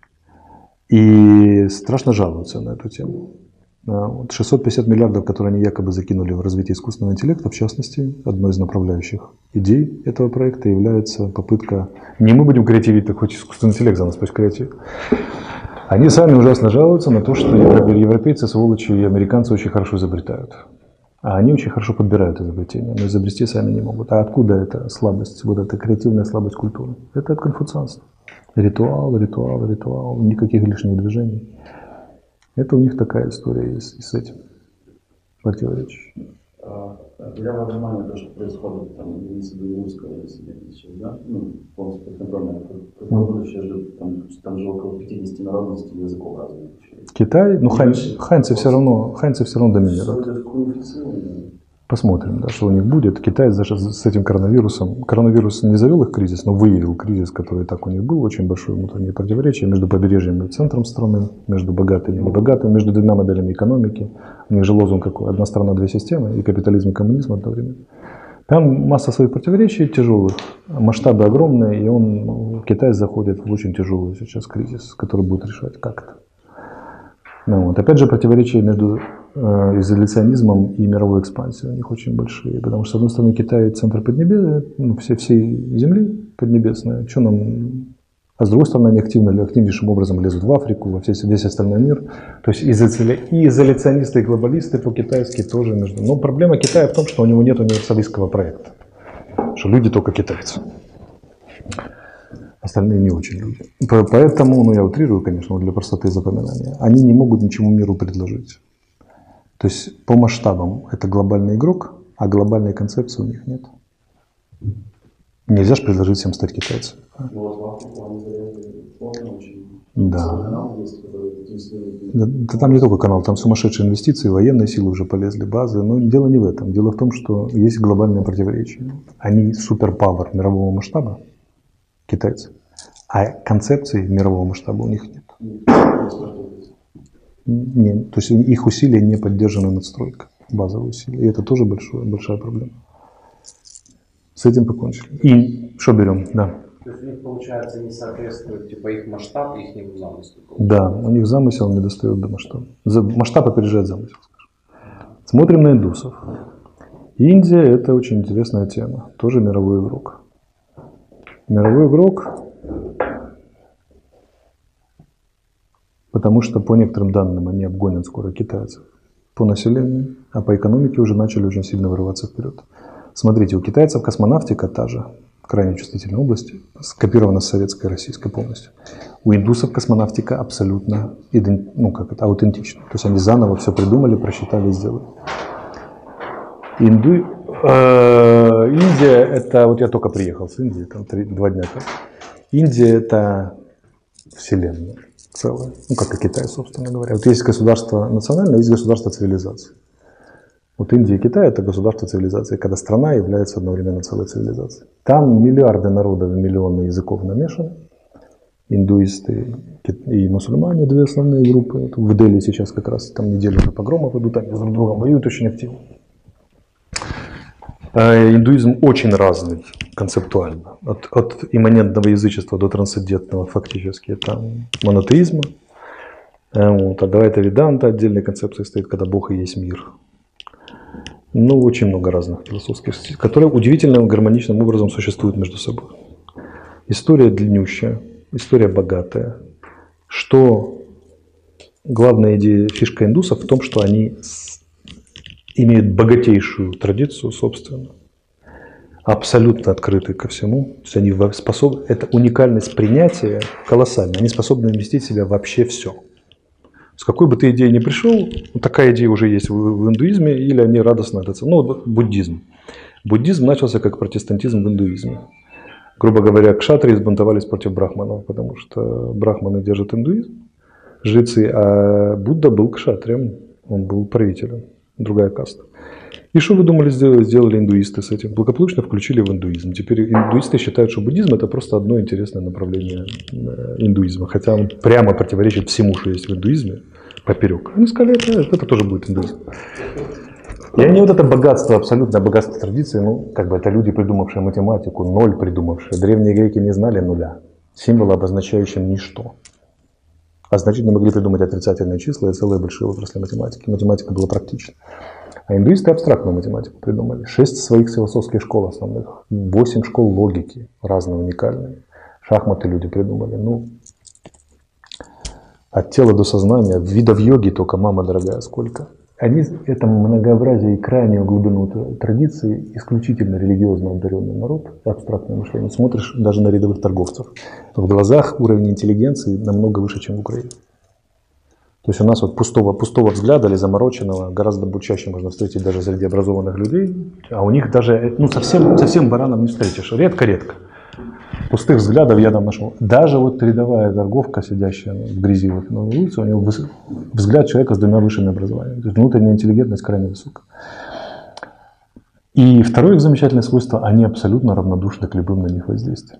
И страшно жалуются на эту тему. 650 миллиардов, которые они якобы закинули в развитие искусственного интеллекта, в частности, одной из направляющих идей этого проекта является попытка не мы будем креативить, так хоть искусственный интеллект за нас пусть креативит. Они сами ужасно жалуются на то, что европейцы, сволочи и американцы очень хорошо изобретают. А они очень хорошо подбирают изобретения, но изобрести сами не могут. А откуда эта слабость, вот эта креативная слабость культуры? Это от конфуцианства. Ритуал, никаких лишних движений. Это у них такая история есть и с этим противоречием. Я в внимание то, что происходит там в Институте сейчас, да? Ну, полностью подконтрольно. Будущее ждет, там же около 50 народностей, языков разных. Китай, ну ханьцы все равно доминируют. Посмотрим, да, что у них будет. Китай даже с этим коронавирусом. Коронавирус не завел их кризис, но выявил кризис, который так у них был. Очень большое внутреннее противоречие между побережьем и центром страны, между богатыми и небогатыми, между двумя моделями экономики. У них же лозунг какой: одна страна, две системы, и капитализм, и коммунизм одновременно. Там масса своих противоречий тяжелых, масштабы огромные, и Китай заходит в очень тяжелый сейчас кризис, который будет решать как-то. Ну, вот. Опять же, противоречия между изоляционизмом и мировой экспансией у них очень большие, потому что, с одной стороны, Китай – центр Поднебесья, всей Земли поднебесной, что нам... А с другой стороны, они активнейшим образом лезут в Африку, во весь остальной мир. То есть и изоляционисты, и глобалисты по-китайски тоже между... Но проблема Китая в том, что у него нет универсалистского проекта, что люди только китайцы. Остальные не очень люди. Поэтому, ну я утрирую, конечно, для простоты запоминания, они не могут ничему миру предложить. То есть по масштабам это глобальный игрок, а глобальной концепции у них нет. Нельзя же предложить всем стать китайцами. Да. Да. Там не только канал, там сумасшедшие инвестиции, военные силы уже полезли, базы. Но дело не в этом. Дело в том, что есть глобальное противоречие. Они суперпауэр мирового масштаба, китайцы, а концепции мирового масштаба у них нет. Нет. То есть их усилия не поддержаны надстройкой, базовые усилия. И это тоже большая проблема. С этим покончили. И что берем? Да. То есть у них, получается, не соответствует типа их масштаб, их замыслу. Да, у них замысел не достает до масштаба. Масштаб опережает замысел, скажем. Смотрим на индусов. Индия – это очень интересная тема. Тоже мировой игрок. Мировой игрок, потому что по некоторым данным они обгонят скоро китайцев по населению, а по экономике уже начали очень сильно вырываться вперед. Смотрите, у китайцев космонавтика та же, крайне чувствительной области, скопирована с советской и российской полностью. У индусов космонавтика абсолютно аутентична. То есть они заново все придумали, просчитали и сделали. Индия – это… Вот я только приехал с Индии, там 2 дня как. Индия – это вселенная целая. Ну, как и Китай, собственно говоря. Вот есть государство национальное, есть государство цивилизации. Вот Индия и Китай – это государство цивилизации, когда страна является одновременно целой цивилизацией. Там миллиарды народов, миллионы языков намешаны. Индуисты и мусульмане – 2 основные группы. Вот в Дели сейчас как раз там неделю погромов идут, они друг с другом воюют очень активно. Индуизм очень разный концептуально. От имманентного язычества до трансцендентного фактически это монотеизма. Вот, Адвайта Веданта отдельной концепции стоит, когда Бог и есть мир. Ну, очень много разных философских стилей, которые удивительным гармоничным образом существуют между собой. История длиннющая, история богатая. Что главная идея, фишка индусов в том, что они имеют богатейшую традицию собственную, абсолютно открыты ко всему. То есть они способны, это уникальность принятия колоссальная, они способны вместить в себя вообще все. С какой бы ты идеей ни пришел, такая идея уже есть в индуизме, или они радостно это… Ну, буддизм. Буддизм начался как протестантизм в индуизме. Грубо говоря, кшатрии сбунтовались против брахманов, потому что брахманы держат индуизм, жрецы, а Будда был кшатрием, он был правителем, другая каста. И что вы думали, сделали индуисты с этим? Благополучно включили в индуизм. Теперь индуисты считают, что буддизм – это просто одно интересное направление индуизма, хотя он прямо противоречит всему, что есть в индуизме, поперек. Они сказали, это тоже будет индуизм. И они вот это богатство, абсолютное богатство традиции, ну, как бы это люди, придумавшие математику, 0 придумавшие. Древние греки не знали нуля, символа, обозначающим ничто. А значит, не могли придумать отрицательные числа и целые большие отрасли математики. Математика была практична. А индуисты абстрактную математику придумали. 6 своих философских школ основных, 8 школ логики, разные, уникальные. Шахматы люди придумали. Ну, от тела до сознания, видов йоги только, мама дорогая, сколько. Они это многообразие и крайнюю глубину традиции, исключительно религиозно одаренный народ, абстрактное мышление. Смотришь даже на рядовых торговцев. В глазах уровень интеллигенции намного выше, чем в Украине. То есть у нас вот пустого взгляда или замороченного гораздо чаще можно встретить даже среди образованных людей, а у них даже совсем баранов не встретишь, редко-редко. Пустых взглядов я там нашел. Даже вот рядовая торговка, сидящая в грязи вот на улице, у него взгляд человека с 2 высшими образованиями. То есть внутренняя интеллигентность крайне высокая. И второе их замечательное свойство, они абсолютно равнодушны к любым на них воздействиям.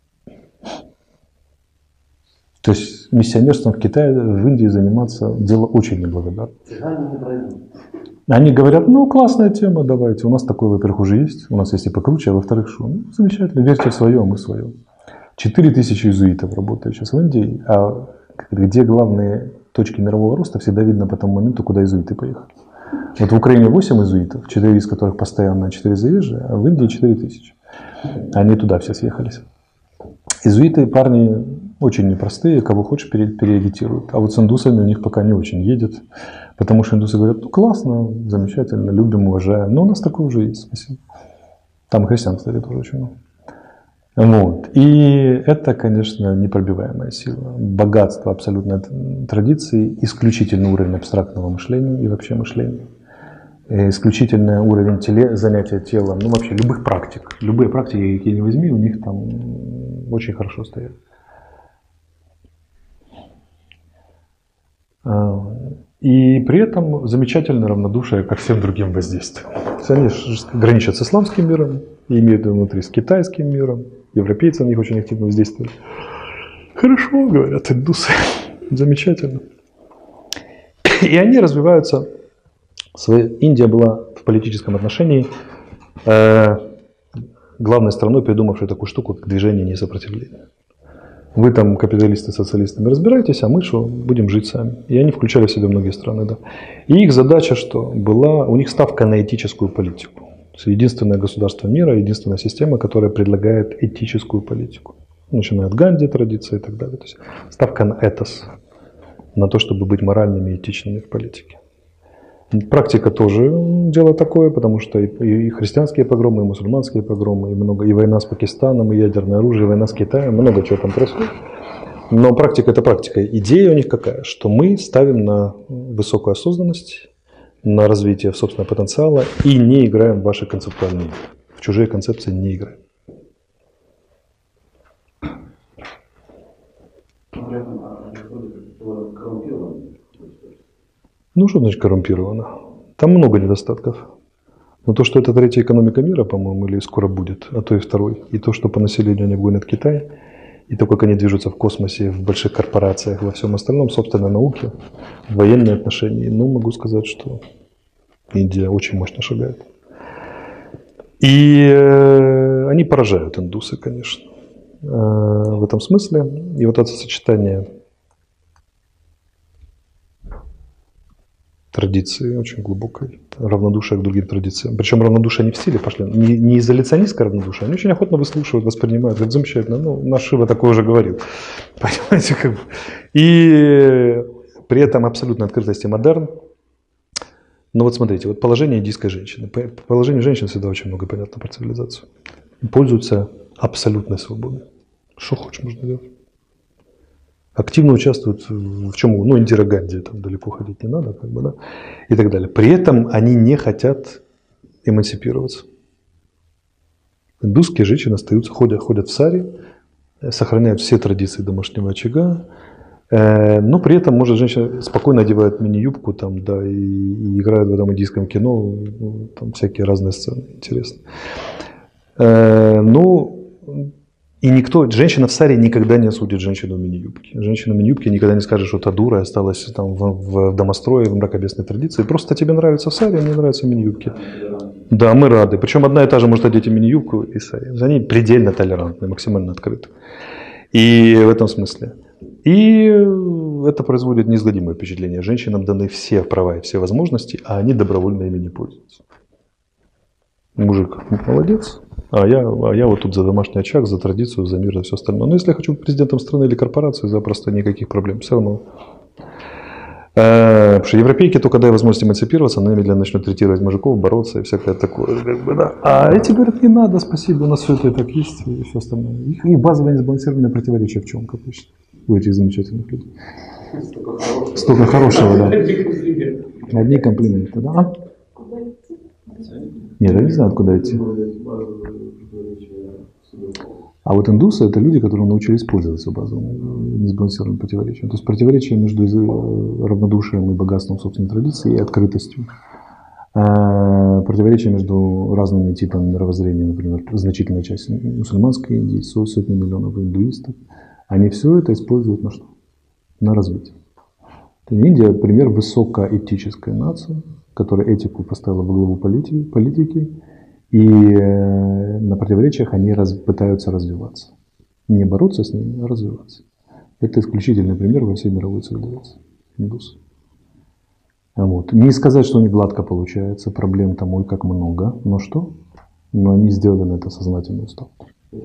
То есть миссионерством в Китае, в Индии заниматься дело очень неблагодарное. Они говорят, ну классная тема, давайте. У нас такое, во-первых, уже есть. У нас есть и покруче, а во-вторых, что? Ну, замечательно, верьте в свое, а мы в свое. 4000 иезуитов работает сейчас в Индии, а где главные точки мирового роста всегда видно по тому моменту, куда иезуиты поехали. Вот в Украине 8 иезуитов, 4 из которых постоянно, 4 заезжие, а в Индии 4000. Они туда все съехались. Иезуиты парни очень непростые, кого хочешь переагитируют. А вот с индусами у них пока не очень едет. Потому что индусы говорят, ну классно, замечательно, любим, уважаем. Но у нас такое уже есть, спасибо. Там христиан, кстати, тоже очень много. Вот. И это, конечно, непробиваемая сила. Богатство абсолютной традиции, исключительный уровень абстрактного мышления и вообще мышления. Исключительный уровень занятия телом, ну вообще любых практик. Любые практики, какие ни возьми, у них там очень хорошо стоят. И при этом замечательное равнодушие ко всем другим воздействиям. Они граничат с исламским миром, и имеют внутри с китайским миром. Европейцы на них очень активно воздействуют. Хорошо, говорят индусы. Замечательно. И они развиваются. Индия была в политическом отношении главной страной, придумавшей такую штуку, как движение несопротивления. Вы там, капиталисты, социалистами, разбираетесь, а мы что, будем жить сами. И они включали в себя многие страны. Да. И их задача что? Была, у них ставка на этическую политику. Единственное государство мира, единственная система, которая предлагает этическую политику. Начиная от Ганди традиции и так далее. То есть ставка на этос, на то, чтобы быть моральными и этичными в политике. Практика тоже дело такое, потому что и христианские погромы, и мусульманские погромы, и война с Пакистаном, и ядерное оружие, и война с Китаем, много чего там происходит. Но практика – это практика. Идея у них какая? Что мы ставим на высокую осознанность, на развитие собственного потенциала и не играем в ваши концептуальные игры. В чужие концепции не играем. Ну, что значит коррумпировано? Там много недостатков. Но то, что это третья экономика мира, по-моему, или скоро будет, а то и второй, и то, что по населению они гонят Китай, и то, как они движутся в космосе, в больших корпорациях, во всем остальном, собственной науке, в военные отношения, ну, могу сказать, что Индия очень мощно шагает. И они поражают индусы, конечно, в этом смысле. И вот это сочетание традиции очень глубокой, равнодушие к другим традициям. Причем равнодушие не в стиле пошли, не изоляционистское равнодушие, они очень охотно выслушивают, воспринимают, говорят, замечательно, ну, наш Шива такое уже говорил. Понимаете, как бы. И при этом абсолютной открытости модерн. Но вот смотрите, вот положение индийской женщины. По положению женщин всегда очень много понятно про цивилизацию. Пользуются абсолютной свободой. Что хочешь, можно делать. Активно участвуют в чем угодно. Ну, Индира Ганди, там далеко ходить не надо, как бы, да, и так далее. При этом они не хотят эмансипироваться. Индусские женщины остаются, ходят в сари, сохраняют все традиции домашнего очага, но при этом, может, женщина спокойно одевает мини-юбку там, да, и играет в этом индийском кино, там всякие разные сцены интересные. И женщина в саре никогда не осудит женщину в мини-юбке. Женщина в мини-юбке никогда не скажет, что та дура осталась там в домострое, в мракобесной традиции. Просто тебе нравится в саре, а мне нравятся мини-юбки. Да, мы рады. Причем одна и та же может одеть и мини-юбку, и саре. Они предельно толерантны, максимально открыты. И в этом смысле. И это производит неизгладимое впечатление. Женщинам даны все права и все возможности, а они добровольно ими не пользуются. Мужик молодец, а я вот тут за домашний очаг, за традицию, за мир, за все остальное. Но если я хочу быть президентом страны или корпорации, запросто никаких проблем. Все равно. Потому что европейки, только дай возможность эмансипироваться, они немедленно начнут третировать мужиков, бороться и всякое такое. Как бы, да. А эти говорят, не надо, спасибо, у нас все это и так есть, и все остальное. Их базовое несбалансированное противоречие в чем, как обычно, у этих замечательных людей. Столько хорошего, да. Одни комплименты, да. Нет, я не знаю, куда идти. А вот индусы – это люди, которые научились пользоваться базовым несбалансированным противоречием. То есть противоречие между равнодушием и богатством собственной традиции и открытостью. Противоречие между разными типами мировоззрения, например, значительная часть мусульманской Индии, сотни миллионов индуистов. Они все это используют на что? На развитие. Индия – пример высокоэтической нации, которая этику поставила во главу политики, и на противоречиях они пытаются развиваться. Не бороться с ними, а развиваться. Это исключительный пример во всей мировой цивилизации. Индусы. Вот. Не сказать, что у них гладко получается, проблем там ой как много, но что? Но они сделали на это сознательную ставку.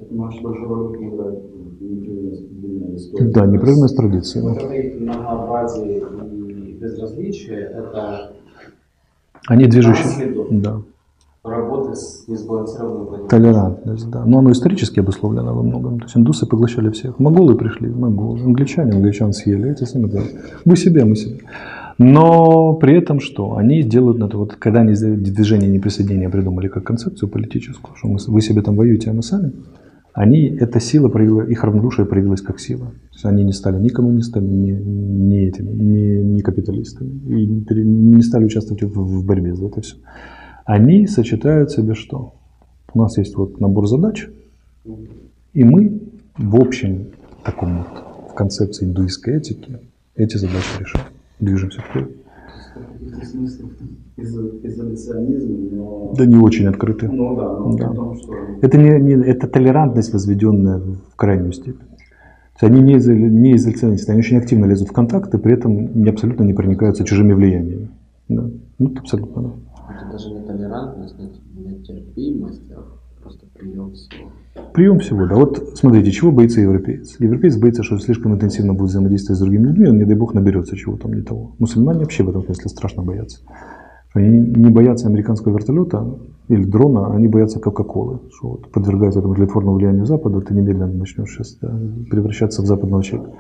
Да, непрерывность традиции. Многообразие и безразличие – это они движущие. Да. работы с несбалансированным планетой. Толерантность, да. Но оно исторически обусловлено во многом. То есть индусы поглощали всех. Монголы пришли, монголы. Англичан съели, эти с ними говорят. Мы себе, мы себе. Но при этом что? Они делают на это, вот когда они движение неприсоединения придумали как концепцию политическую, что вы себе там воюете, а мы сами, эта сила проявила, их равнодушие проявилось как сила. То есть они не стали ни коммунистами, ни капиталистами. И не стали участвовать в борьбе за это все. Они сочетают в себе что? У нас есть вот набор задач, и мы в общем таком вот, в концепции индуистской этики эти задачи решаем. Движемся вперед. В смысле изоляционизм, но... Да не очень открыты. Ну да, но Да. потому что... Это толерантность, возведенная в крайнюю степень. То есть они не изоляционисты, они очень активно лезут в контакты, при этом абсолютно не проникаются чужими влияниями. Да. Ну, это абсолютно, да. Это даже не толерантность, не терпимость, а просто прием всего. Прием всего, да. Вот смотрите, чего боится европеец? Европеец боится, что слишком интенсивно будет взаимодействовать с другими людьми, он, не дай бог, наберется чего-то не того. Мусульмане вообще в этом смысле страшно боятся. Они не боятся американского вертолета или дрона, они боятся Кока-Колы. Что вот, подвергаясь этому тлетворному влиянию Запада, ты немедленно начнешь сейчас превращаться в западного человека.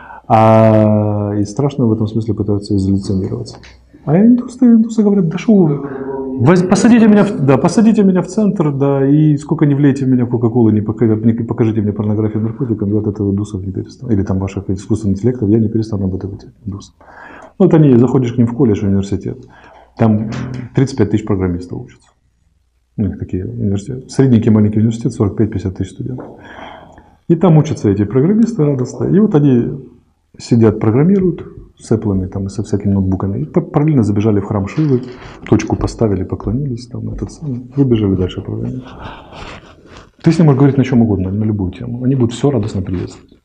И страшно в этом смысле пытаются изоляционироваться. А индусы говорят, да что вы, посадите меня в центр, да, и сколько не влейте в меня в Кока-Колу, не покажите мне порнографию наркотиков, от этого индусов не перестану. Или там ваших искусственных интеллектов, я не перестану об этом быть индусом. Вот они, заходишь к ним в колледж, в университет, там 35 тысяч программистов учатся. У них такие университеты. Средненький маленький университет, 45-50 тысяч студентов. И там учатся эти программисты радостно. И вот они сидят, программируют с Apple там, и со всякими ноутбуками. И параллельно забежали в храм Шивы, точку поставили, поклонились, там, выбежали дальше программировать. Ты с ним можешь говорить на чем угодно, на любую тему. Они будут все радостно приветствовать.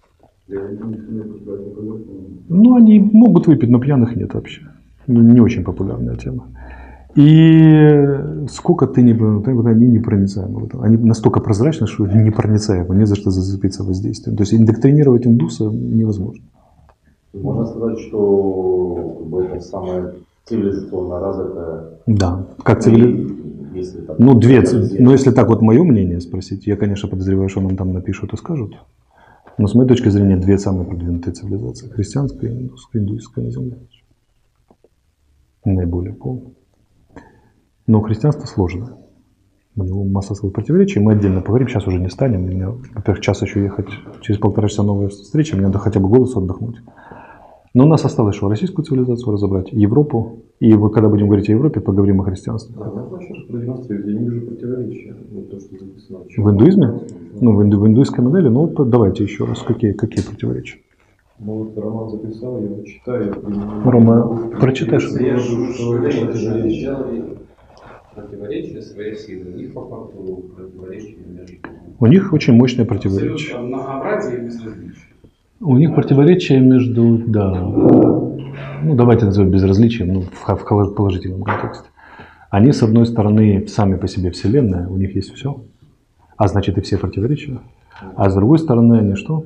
Ну, они могут выпить, но пьяных нет вообще. Не очень популярная тема. И сколько ты не... Они непроницаемы. Они настолько прозрачны, что непроницаемы, не за что зацепиться воздействием. То есть индоктринировать индуса невозможно. Можно сказать, что это самая цивилизационная развитая... Да. Как цивилизация? Ну, если так вот мое мнение спросить, я, конечно, подозреваю, что нам там напишут и скажут. Но с моей точки зрения, две самые продвинутые цивилизации. Христианская и индуистская на Земле. Наиболее полная. Но христианство сложное. У него масса своих противоречий. Мы отдельно поговорим, сейчас уже не станем. У меня, во-первых, час еще ехать, через 1,5 часа новая встреча, мне надо хотя бы голосу отдохнуть. Но у нас осталось что? Российскую цивилизацию разобрать, Европу. И вот, когда будем говорить о Европе, поговорим о христианстве. Да, я хочу продемонстрировать, я не вижу противоречия. Вот то, что записано. В индуизме? Ну, в индуистской модели. Ну, вот давайте еще раз. Какие противоречия? Ну, вот Роман записал, я его читаю. Рома, прочитаешь? Противоречие своей силы. У них по факту противоречие между... У них очень мощное противоречие. Многообразие и безразличие. У них противоречие между, да, ну давайте назовем безразличием, ну, в положительном контексте. Они, с одной стороны, сами по себе Вселенная, у них есть все, а значит и все противоречия. А с другой стороны, они что?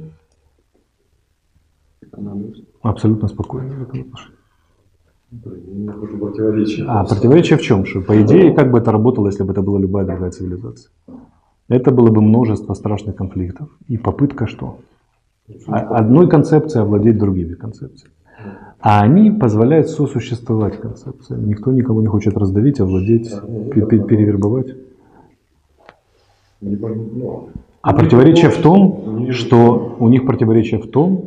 Абсолютно спокойны в этом отношении. Не хочу противоречия. А противоречие в чем? Что, по идее, как бы это работало, если бы это была любая другая цивилизация? Это было бы множество страшных конфликтов. И попытка что? Одной концепцией овладеть другими концепциями. А они позволяют сосуществовать концепциям. Никто никого не хочет раздавить, овладеть, перевербовать. А противоречие в том, что у них противоречие в том,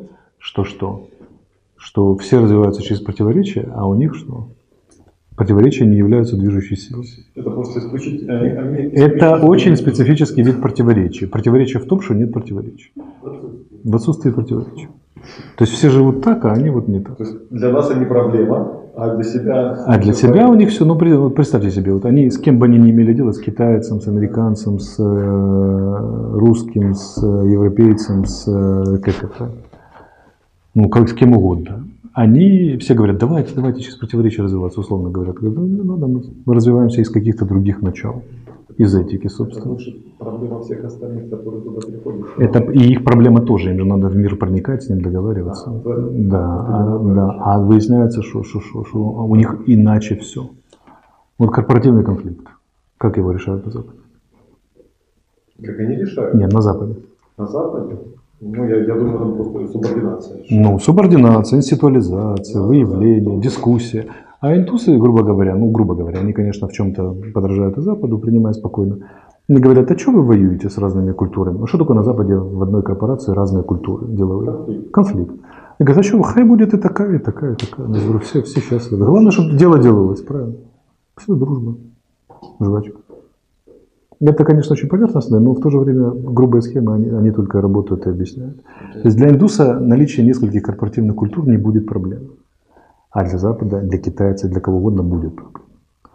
что все развиваются через противоречия, а у них что? Противоречия не являются движущей силой. Это просто исключить. Это очень специфический вид противоречия. Противоречие в том, что нет противоречия. В отсутствии противоречия. То есть все живут так, а они вот не так. То есть для нас они проблема, а для себя... А для себя у них все, ну представьте себе, вот они, с кем бы они ни имели дело, с китайцем, с американцем, с русским, с европейцем, с кем угодно. Они все говорят, давайте через противоречия развиваться, условно говорят. Да, не надо, мы развиваемся из каких-то других начал, из этики, собственно. Это проблема всех остальных, которые туда приходят. Это и их проблема тоже, им же надо в мир проникать, с ним договариваться. А выясняется, что у них иначе все. Вот корпоративный конфликт. Как его решают на Западе? Как они решают? Нет, на Западе. На Западе? Ну, я думаю, там просто субординация. Ну, субординация, институализация, выявление, дискуссия. А индусы, грубо говоря, они, конечно, в чем-то подражают и Западу, принимая спокойно. Они говорят, а что вы воюете с разными культурами? А что такое на Западе в одной корпорации разные культуры деловые? Конфликт. И говорят, а что, хай будет и такая, и такая, и такая. Я говорю, все счастливы. Главное, чтобы дело делалось, правильно? Все, дружба, жвачка. Это, конечно, очень поверхностно, но в то же время грубые схемы, они только работают и объясняют. То есть для индуса наличие нескольких корпоративных культур не будет проблемой. А для Запада, для китайца, для кого угодно будет проблема.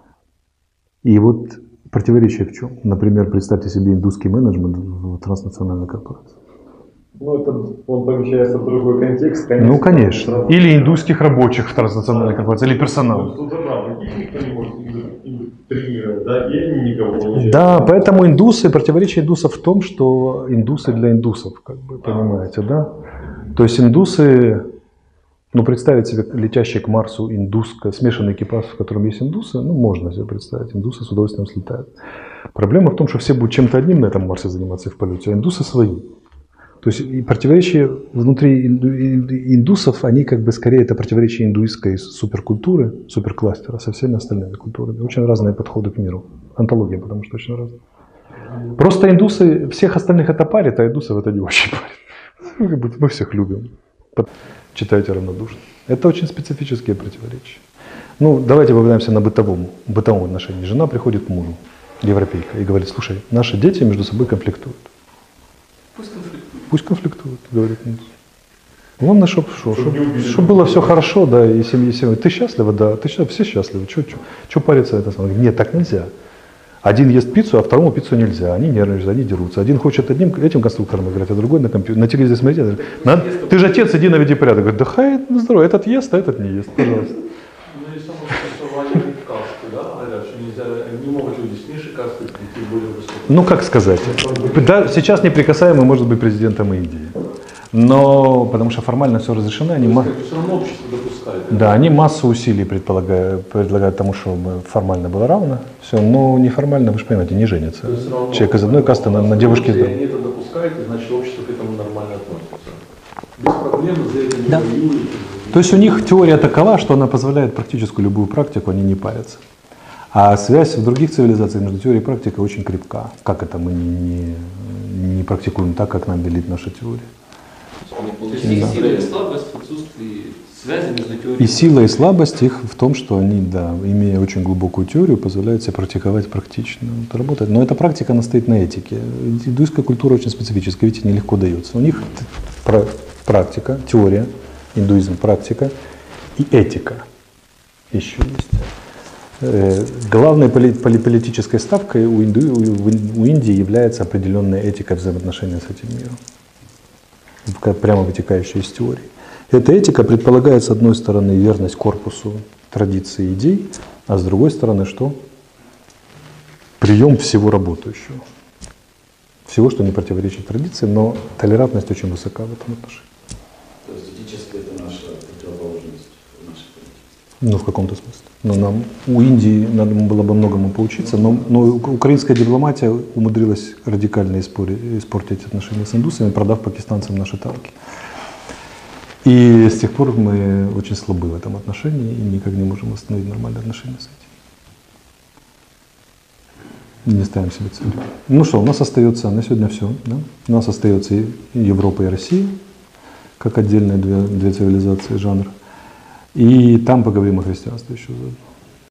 И вот противоречие в чем? Например, представьте себе индусский менеджмент в транснациональной корпорации. Ну, это он помещается в другой контекст, конечно. Ну, конечно. Или индусских рабочих в транснациональной корпорации, или персонал. Тут никто не может интегрировать, да, и они никого не. Да, поэтому противоречие индусов в том, что индусы для индусов, как бы, понимаете, да? То есть индусы, представить себе летящий к Марсу смешанный экипаж, в котором есть индусы, можно себе представить, индусы с удовольствием слетают. Проблема в том, что все будут чем-то одним на этом Марсе заниматься в полете, а индусы свои. То есть и противоречия внутри индусов, они как бы скорее это противоречие индуистской суперкультуры, суперкластера со всеми остальными культурами. Очень разные подходы к миру. Антология, потому что очень разные. Просто индусы, всех остальных это парит, а индусов это не очень парит. Мы всех любим. Читаете равнодушно. Это очень специфические противоречия. Давайте попытаемся на бытовом отношении. Жена приходит к мужу, европейка, и говорит, слушай, наши дети между собой конфликтуют. Пусть конфликтуют, говорит индус. Главное, чтобы было все хорошо, да, и семья. Ты счастлива, да, все счастливы. Что париться это самое? Нет, так нельзя. Один ест пиццу, а второму пиццу нельзя. Они нервничают, они дерутся. Один хочет этим конструктором играть, а другой на телевизоре смотреть. Ты же отец, иди наведи порядок. Говорит, да хай здорово, этот ест, а этот не ест. Пожалуйста. Ну и само существование касты, да, что нельзя, не могут люди с низшей касты прийти более высокой. Как сказать? Да, сейчас неприкасаемый может быть президентом Индии. Но потому что формально все разрешено, они все равно общество допускает. Да, они массу усилий предлагают тому, чтобы формально было равно, все, но неформально, вы же понимаете, не женится. Человек из одной касты на девушке. Если они это допускают, значит общество к этому нормально относится. Без проблем за это не воюют. То есть у них теория такова, что она позволяет практически любую практику, они не парятся. А связь в других цивилизациях между теорией и практикой очень крепка. Как это мы не практикуем так, как нам велит наша теория? То есть их сила и слабость в отсутствии связи между теорией и сила, и слабость их в том, что они, да, имея очень глубокую теорию, позволяют себе практиковать практично. Это работает. Но эта практика, она стоит на этике. Индуистская культура очень специфическая, видите, нелегко дается. У них практика, теория, индуизм, практика и этика еще есть. Главной политической ставкой у Индии является определенная этика взаимоотношения с этим миром, прямо вытекающая из теории. Эта этика предполагает, с одной стороны, верность корпусу традиций и идей, а с другой стороны, что? Прием всего работающего. Всего, что не противоречит традиции, но толерантность очень высока в этом отношении. То есть этически это наша противоположность в нашей политике? В каком-то смысле. У Индии надо было бы многому поучиться, но украинская дипломатия умудрилась радикально испортить отношения с индусами, продав пакистанцам наши танки. И с тех пор мы очень слабы в этом отношении и никак не можем восстановить нормальные отношения с этим. Не ставим себе цель. Что, у нас остается на сегодня все. Да? У нас остается и Европа, и Россия, как отдельные две цивилизации, жанр. И там поговорим о христианстве еще заодно.